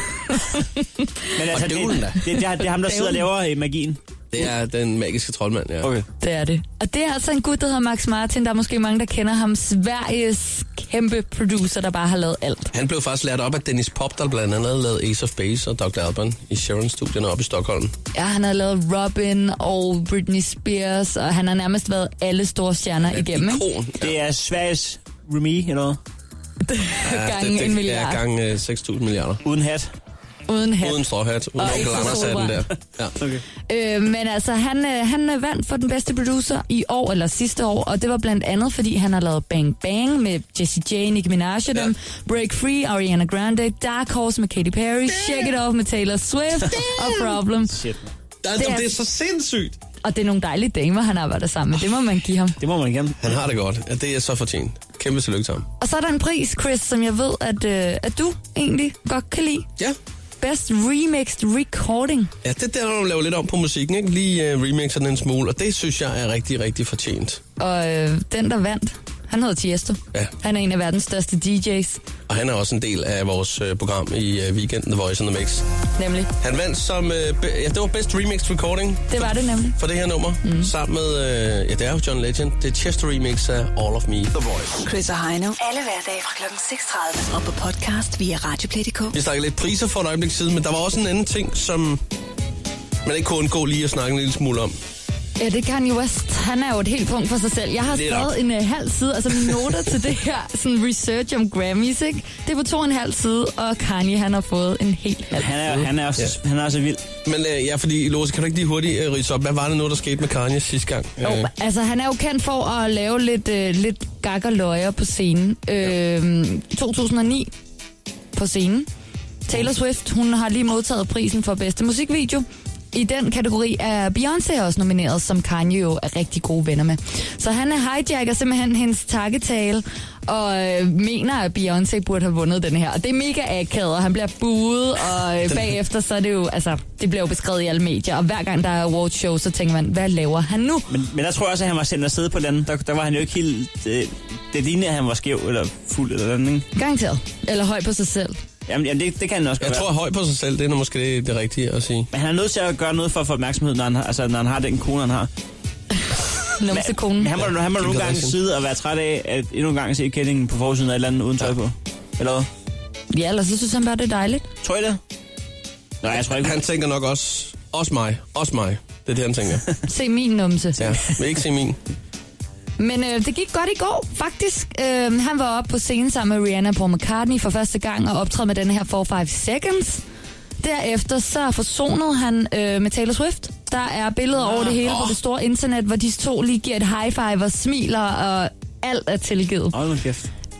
Men altså, det er ham, der sidder og laver magien. Det er den magiske troldmand, ja. Okay. Det er det. Og det er altså en gut, der hedder Max Martin. Der er måske mange, der kender ham. Sveriges kæmpe producer, der bare har lavet alt. Han blev faktisk lært op af Dennis Pop, der blandt andet havde lavet Ace of Base og Dr. Alban i Sharon-studierne oppe i Stockholm. Ja, han har lavet Robin og Britney Spears, og han har nærmest været alle store stjerner igennem. Ikon, ja. Det er Sveriges Remy, eller noget? Gang en milliard. Ja, gang 6.000 milliarder. Uden hat. Uden hat. Uden stråhat. Uden onkel Anders-hatten der. Ja. Okay. Men altså, han vandt for den bedste producer i år, eller sidste år, og det var blandt andet, fordi han har lavet Bang Bang med Jessie J, Nicki Minaj og dem, Break Free, Ariana Grande, Dark Horse med Katy Perry, Shake It Off med Taylor Swift og Problem. Shit. Det er så sindssygt. Og det er nogle dejlige damer, han arbejder sammen med. Det må man give ham. Det må man give ham. Han har det godt. Ja, det er så fortjent. Kæmpe tillykke til ham. Og så er der en pris, Chris, som jeg ved, at du egentlig godt kan lide. Ja. Best Remixed Recording. Ja, det er der, når du laver lidt om på musikken, ikke? Lige remixer den en smule, og det synes jeg er rigtig, rigtig fortjent. Og den, der vandt, han hedder Tiesto. Ja. Han er en af verdens største DJ's. Og han er også en del af vores program i weekenden, The Voice and the Mix. Nemlig. Han vandt som, det var Best Remixed Recording. Det var det nemlig. For det her nummer, sammen med, det er jo John Legend. Det er Chester Remix af All of Me, The Voice. Chris og Heino. Alle hverdage fra klokken 6:30. Og på podcast via RadioPlay.dk. Vi snakkede lidt priser for et øjeblik siden, men der var også en anden ting, som man ikke kunne undgå lige at snakke en lille smule om. Ja, det er Kanye West. Han er jo et helt punkt for sig selv. Jeg har skrevet en halv side, altså mine noter til det her sådan research om Grammys, ikke? Det er på 2,5 side, og Kanye, han har fået en helt halv side. Han er også vild. Men ja, fordi, Lose, kan du ikke lige hurtigt ridse op? Hvad var det nu, der skete med Kanye sidste gang? Jo, altså han er jo kendt for at lave lidt gag og løjer på scenen. 2009 på scenen. Taylor Swift, hun har lige modtaget prisen for bedste musikvideo. I den kategori er Beyoncé også nomineret, som Kanye jo er rigtig gode venner med. Så han hijacker simpelthen hendes takketale, og mener, at Beyoncé burde have vundet den her. Og det er mega akavet, og han bliver buet, og bagefter så er det jo, altså, det bliver jo beskrevet i alle medier, og hver gang der er awardshow, så tænker man, hvad laver han nu? Men der tror jeg også, at han var sendt afsted på den. Der var han jo ikke helt... Det lignede, at han var skæv, eller fuld, eller noget, ikke? Garanteret. Eller høj på sig selv. Jamen det kan han også godt. Jeg tror, høj på sig selv, det er måske det rigtige at sige. Men han er nødt til at gøre noget for at få opmærksomhed, når han har den kone, han har. Numsekonen. Men han må nogle gange sidde og være træt af, at endnu en gang se kendingen på forsiden af et eller andet uden tøj på. Eller hvad? Ja, ellers så synes han bare, det er dejligt. Tror I det? Nej, jeg tror ikke. Han tænker nok også mig. Det er det, han tænker. Se min numse. Ja, vil ikke se min. Men det gik godt i går, faktisk. Han var oppe på scenen sammen med Rihanna og Paul McCartney for første gang og optrådte med den her 4-5 Seconds. Derefter så forsonede han med Taylor Swift. Der er billeder over det hele på det store internet, hvor de to lige giver et high five og smiler, og alt er tilgivet. Hold nu kæft.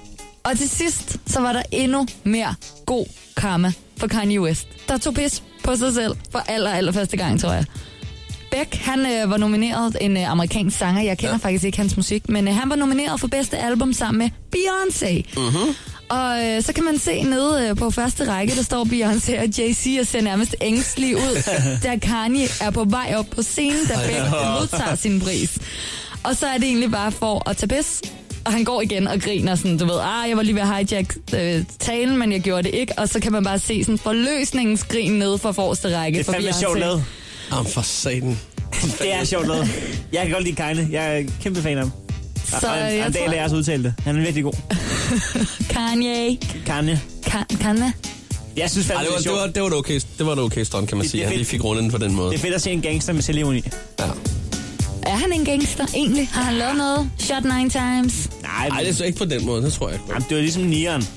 Og til sidst, så var der endnu mere god karma for Kanye West, der tog pis på sig selv for allerførste gang, tror jeg. Beck, han var nomineret, en amerikansk sanger, jeg kender faktisk ikke hans musik, men han var nomineret for bedste album sammen med Beyoncé. Og så kan man se nede på første række, der står Beyoncé og Jay-Z og ser nærmest ængstelig ud, da Kanye er på vej op på scenen, da Beck modtager sin pris. Og så er det egentlig bare for at tage pis, og han går igen og griner sådan, du ved, jeg var lige ved at hijack talen, men jeg gjorde det ikke, og så kan man bare se sådan forløsningens grin nede fra forreste række. Det er fandme sjovt lavet. For satan. Det er sjovt lavet. Jeg kan godt lide Kanye. Jeg er kæmpe fan af ham. Så jeg tror... jeg også udtale det. Han er virkelig god. Kanye. Jeg synes fandme, det var et okay stunt, kan man sige. Han lige fik rundt på den måde. Det er fedt at se en gangster med selvironi. Ja. Er han en gangster egentlig? Har han lavet noget? Shot 9 times? Nej, det er så ikke på den måde, det tror jeg ikke. Jamen, det var ligesom Nieren.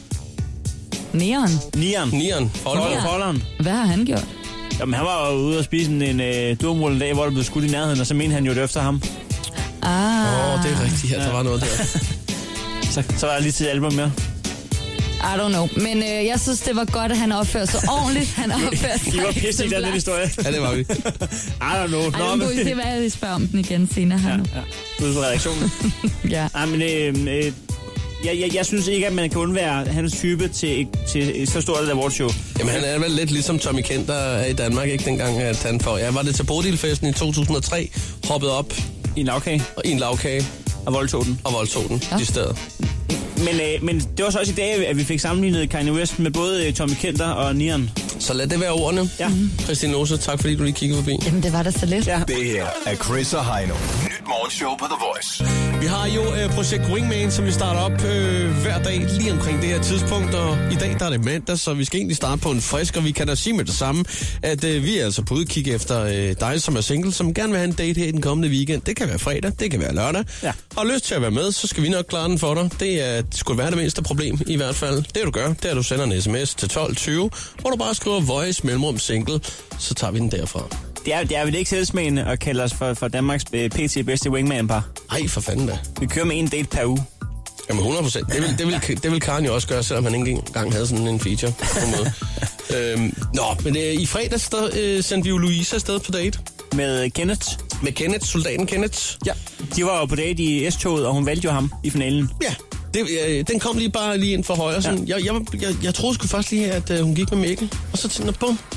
Nieren? Folderen. Hvad har han gjort? Jamen, han var ude og spise en durmål en dag, hvor der blev skudt i nærheden, og så mente han jo det efter ham. Det er rigtigt, der var noget der. så var der lige til album mere. I don't know, men jeg synes, det var godt, at han opførte sig ordentligt. Han opførte sig. I var pisse i den historie. Ja, det var vi. I don't know. Det var jeg spørge om den igen senere her nu. Ja. Ude på redaktionen. Ja. Men jeg synes ikke, at man kan undvære hans type til så stort et awardshow. Jamen, han er vel lidt ligesom Tommy Kenter er i Danmark, ikke dengang, at han får... Ja, var det til Bodilfesten i 2003, hoppede op i en lavkage. Og voldtog den. De steder. Men det var så også i dag, at vi fik sammenlignet Kanye West med både Tommy Kenter og Nieren. Så lad det være ordene. Ja. Christine Lose, tak fordi du lige kiggede forbi. Jamen, det var da så lidt. Ja. Det her er Chris og Heino. Nyt morgenshow på The Voice. Vi har jo projekt Wingman, som vi starter op hver dag lige omkring det her tidspunkt. Og i dag der er det mandag, så vi skal egentlig starte på en frisk. Og vi kan da sige med det samme, at vi er altså på udkig efter dig, som er single, som gerne vil have en date her i den kommende weekend. Det kan være fredag, det kan være lørdag. Ja. Har lyst til at være med, så skal vi nok klare den for dig. Det skulle være det mindste problem i hvert fald. Det du gør, det er, at du sender en sms til 1220, hvor du bare skriver voice mellemrum single, så tager vi den derfra. Det er vel ikke selvsmagende at kalde os for Danmarks PT bedste wingman-par? Ej, for fanden da. Vi kører med en date per uge. Jamen 100%. Det vil Karen jo også gøre, selvom han ikke engang havde sådan en feature på en måde. Men i fredags sendte vi jo Louise afsted på date. Med Kenneth. Med Kenneth, soldaten Kenneth. Ja, de var jo på date i S-toget, og hun valgte jo ham i finalen. Ja. Den kom lige ind for højre. Sådan. Ja. Jeg troede sgu først lige, at hun gik med Mikkel. Og så tænkte jeg, bum.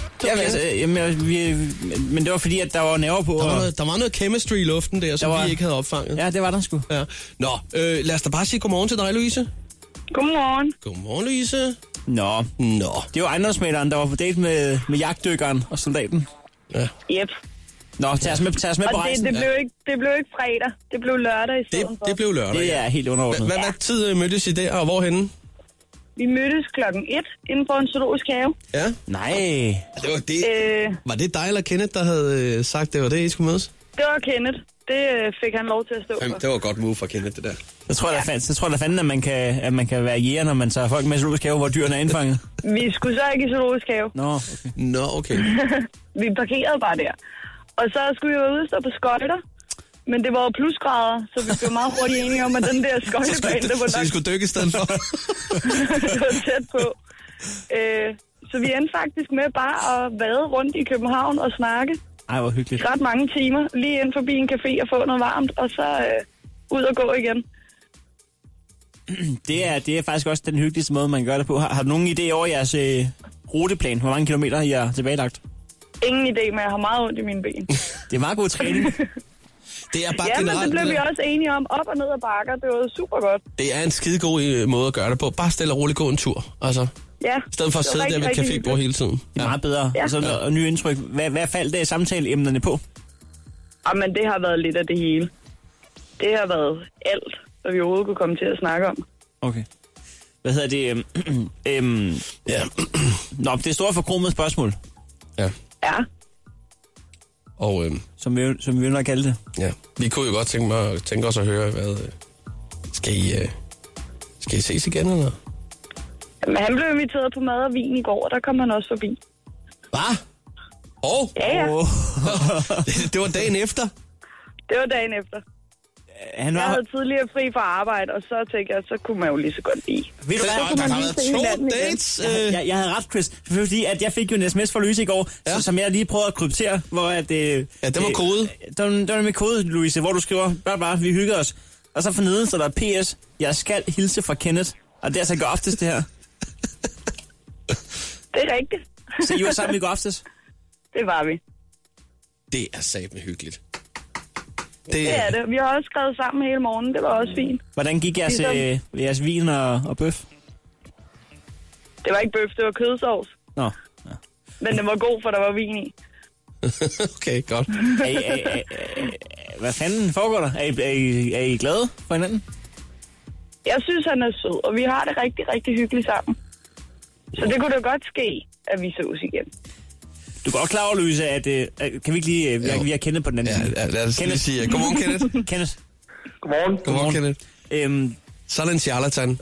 Men det var fordi, at der var nerver på. Der var noget chemistry i luften der, som vi ikke havde opfanget. Ja, det var der sgu. Ja. Lad os da bare sige godmorgen til dig, Louise. Godmorgen. Godmorgen, Louise. Nå. Det var ejendomsmætteren, der var på date med jagtdykkeren og soldaten. Ja. Yep. Nå, tag os med på rejsen. Det blev ikke fredag. Det blev lørdag i stedet for. Det blev lørdag. Det er helt underordnet. Hvad tid mødtes I der, og hvorhenne? Vi mødtes 1:00 inden for en zoologisk have. Ja? Nej. Det var det. Var det dig eller Kenneth, der havde sagt, det var det, I skulle mødes? Det var Kenneth. Det fik han lov til at stå for. Det var godt move for Kenneth, det der. Jeg tror da fanden, at man kan være jæger, når man tager folk med i zoologisk have, hvor dyrene er indfanget. Vi skulle så ikke i zoologisk have. Nå, okay. Vi parkerede bare der. Og så skulle vi jo ude og stå på skøjter. Men det var jo plusgrader, så vi blev meget hurtigt enige om, at den der skøjtebane, det var nok... Så I skulle dykke i stedet for? Det var tæt på. Så vi endte faktisk med bare at vade rundt i København og snakke. Ej, hvor hyggeligt. Ret mange timer, lige ind forbi en café og få noget varmt, og så ud og gå igen. Det er faktisk også den hyggeligste måde, man gør det på. Har du nogen idé over jeres ruteplan? Hvor mange kilometer I har tilbagelagt? Ingen idé, men jeg har meget ondt i mine ben. Det er meget god træning. Det er bare men generelt, det blev vi også enige om. Op og ned ad bakker, det var super godt. Det er en skidegod måde at gøre det på. Bare stille og roligt gå en tur. Altså, ja, i stedet for at sidde der ved cafébord hele tiden. Det er meget bedre. Ja. Og nye indtryk. Hvad faldt det samtaleemnerne på? Jamen, det har været lidt af det hele. Det har været alt, hvad vi overhovedet kunne komme til at snakke om. Okay. Hvad hedder det? Ja. Nå, det er store forkromede spørgsmål. Ja. Ja. Og, som vi vil nok kalde det. Ja. Vi kunne jo godt tænke os at høre, hvad... Skal I ses igen, eller? Jamen, han blev inviteret på mad og vin i går, og der kom han også forbi. Hvad? Ja. Det var dagen efter? Det var dagen efter. Han var... Jeg havde tidligere fri fra arbejde, og så tænkte jeg, så kunne man jo lige så godt lide. Ved du hvad? Der har været 2 dates. Jeg havde ret, Chris. Fordi at jeg fik jo en sms fra Louise i går, som jeg lige prøvede at kryptere, hvor at... ja, det var kode. Det var med kode, Louise, hvor du skriver, bare, vi hygger os. Og så forneden, så der er PS, jeg skal hilse fra Kenneth. Og det er altså går oftest, det her. Det er rigtigt. Så I var sammen i går aftes? Det var vi. Det er satme hyggeligt. Det er det. Vi har også skrevet sammen hele morgenen. Det var også fint. Hvordan gik jeres vin og bøf? Det var ikke bøf, det var kødsovs. Nå. Ja. Men den var god, for der var vin i. Okay, godt. Hvad fanden foregår der? Er I glade for hinanden? Jeg synes, han er sød, og vi har det rigtig, rigtig hyggeligt sammen. Så det kunne da godt ske, at vi sås igen. Du er godt klar over, Louise, at kan vi ikke lige... vi har Kenneth på den anden side. Ja, lad os lige sige. Godmorgen, Kenneth. Kenneth. Godmorgen. Kenneth. Sådan en charlatan.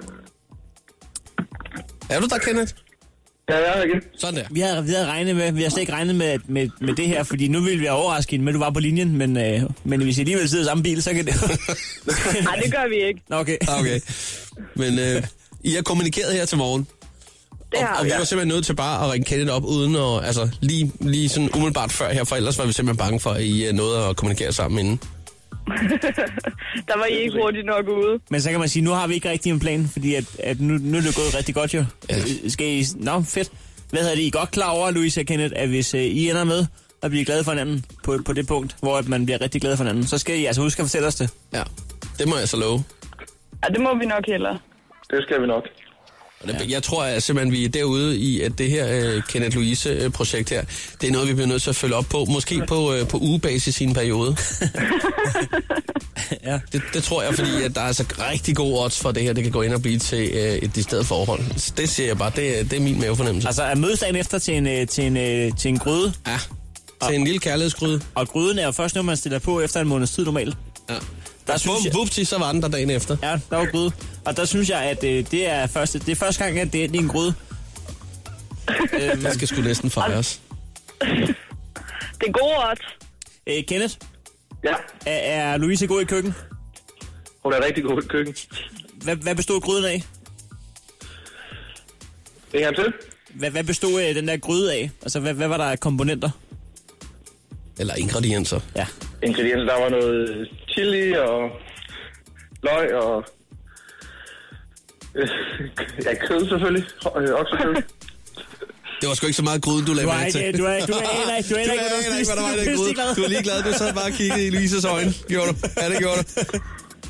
Er du der, Kenneth? Ja, jeg er igen. Sådan der. Vi har slet ikke regnet med det her, fordi nu ville vi overraske hende, men du var på linjen, men hvis I alligevel sidder i samme bil, så kan det... Nej, det gør vi ikke. Okay. Men I har kommunikeret her til morgen. Og vi var simpelthen nødt til bare at ringe Kenneth op, uden at, altså lige sådan umiddelbart før her, for ellers var vi simpelthen bange for, at I nåede at kommunikere sammen inden. Der var I ikke hurtigt nok ude. Men så kan man sige, nu har vi ikke rigtig en plan, fordi at nu er det gået rigtig godt jo. Ja. Skal I... Nå, fedt. Hvad hedder det? I er godt klar over, Louise og Kenneth, at hvis I ender med at blive glade for hinanden på det punkt, hvor man bliver rigtig glad for hinanden, så skal I altså huske at fortælle os det. Ja, det må jeg så love. Ja, det må vi nok hellere. Det skal vi nok. Jeg tror at simpelthen, vi er derude i, at det her Kenneth Louise-projekt her, det er noget, vi bliver nødt til at følge op på. Måske på ugebasis i en periode. Ja. Det tror jeg, fordi at der er altså rigtig gode odds for, at det her det kan gå ind og blive til et decideret forhold. Det siger jeg bare, det er min mavefornemmelse. Altså er mødesdagen efter til en gryde? Ja, til en lille kærlighedsgryde. Og gryden er jo først noget, man stiller på efter en måneds tid normalt. Ja. Så var den der dagen efter. Ja, der var gryde. Og der synes jeg, at det er første gang, at det er en gryde. Det skal sgu næsten fejres. Det er gode odds. Kenneth? Ja? Er Louise god i køkken? Hun er rigtig god i køkken. Hvad bestod gryden af? En gang til? Hvad bestod den der gryde af? Altså, hvad var der af komponenter? Eller ingredienser. Ja. Ingredienser, der var noget chili og løg og... ja, kød selvfølgelig. Oksekød. Det var sgu ikke så meget gryde, du lagde med til. Du aner ikke, hvad der var i den gryde. Du var ligeglad, du sad bare og kiggede i Louises øjne. Gjorde du? Ja, det gjorde du.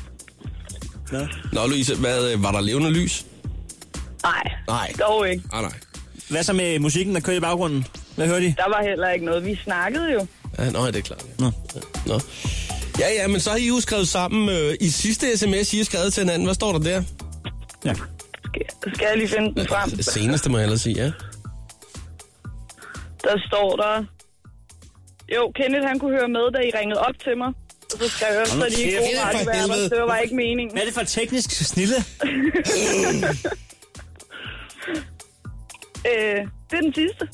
Nå, Louise, var der levende lys? Nej. Dog ikke. Nej. Hvad så med musikken, der kørte i baggrunden? Hvad hørte I? Der var heller ikke noget. Vi snakkede jo. Ja, det er klart. Nå. Ja, men så har I jo skrevet sammen i sidste sms, I har skrevet til hinanden. Hvad står der der? Ja. Skal jeg lige finde den frem? Det seneste, må jeg ellers sige, ja. Der står der... Jo, Kenneth, han kunne høre med, da I ringede op til mig. Og så skrev jeg, så de ikke gode radioværter. Det var ikke meningen. Hvad er det for teknisk snille? Det er den sidste.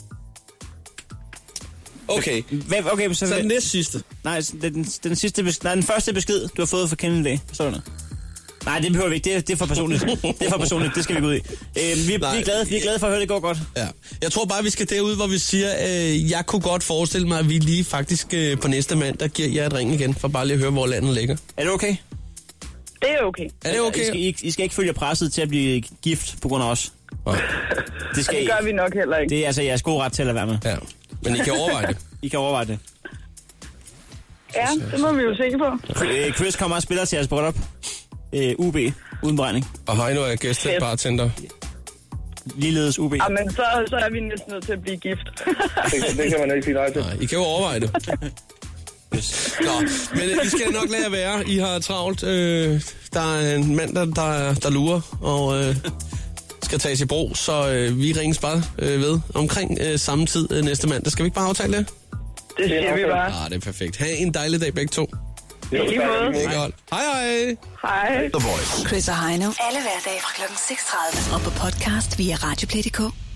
Okay. Så den næste sidste? Nej, den første besked, du har fået fra Kenneth i dag. Forstår du? Nej, det behøver vi ikke. Det er for personligt. Det skal vi gå ud i. Vi er glade for at høre, det går godt. Ja. Jeg tror bare, vi skal derud, hvor vi siger, jeg kunne godt forestille mig, at vi lige faktisk på næste mandag giver jer et ring igen, for bare lige at høre, hvor landet ligger. Er det okay? Det er okay. Er det okay? I skal ikke følge presset til at blive gift på grund af os. Nej. Det gør vi nok heller ikke. Det er altså jeres gode ret til at lade være med. Ja. Men I kan overveje det. I kan overveje det. Ja, det må vi jo se på. Chris kommer og spiller til jeres bryllup. UB, uden beregning. Og Heino er gæstebartender. Ligeledes UB. Jamen, så er vi næsten nødt til at blive gift. det kan man ikke sige nej til. Nej, I kan jo overveje det. Nå, men I skal nok lade være. I har travlt. Der er en mand, der lurer, og skal tages i brug, så vi ringes bare ved omkring samme tid næste mandag. Skal vi ikke bare aftale det? Det siger vi bare. Det er perfekt. Ha' en dejlig dag begge to. I lige måde. Det er godt. Hej. Chris og Heino. Alle hverdage fra kl. 6:30. Og på podcast via radioplay.dk.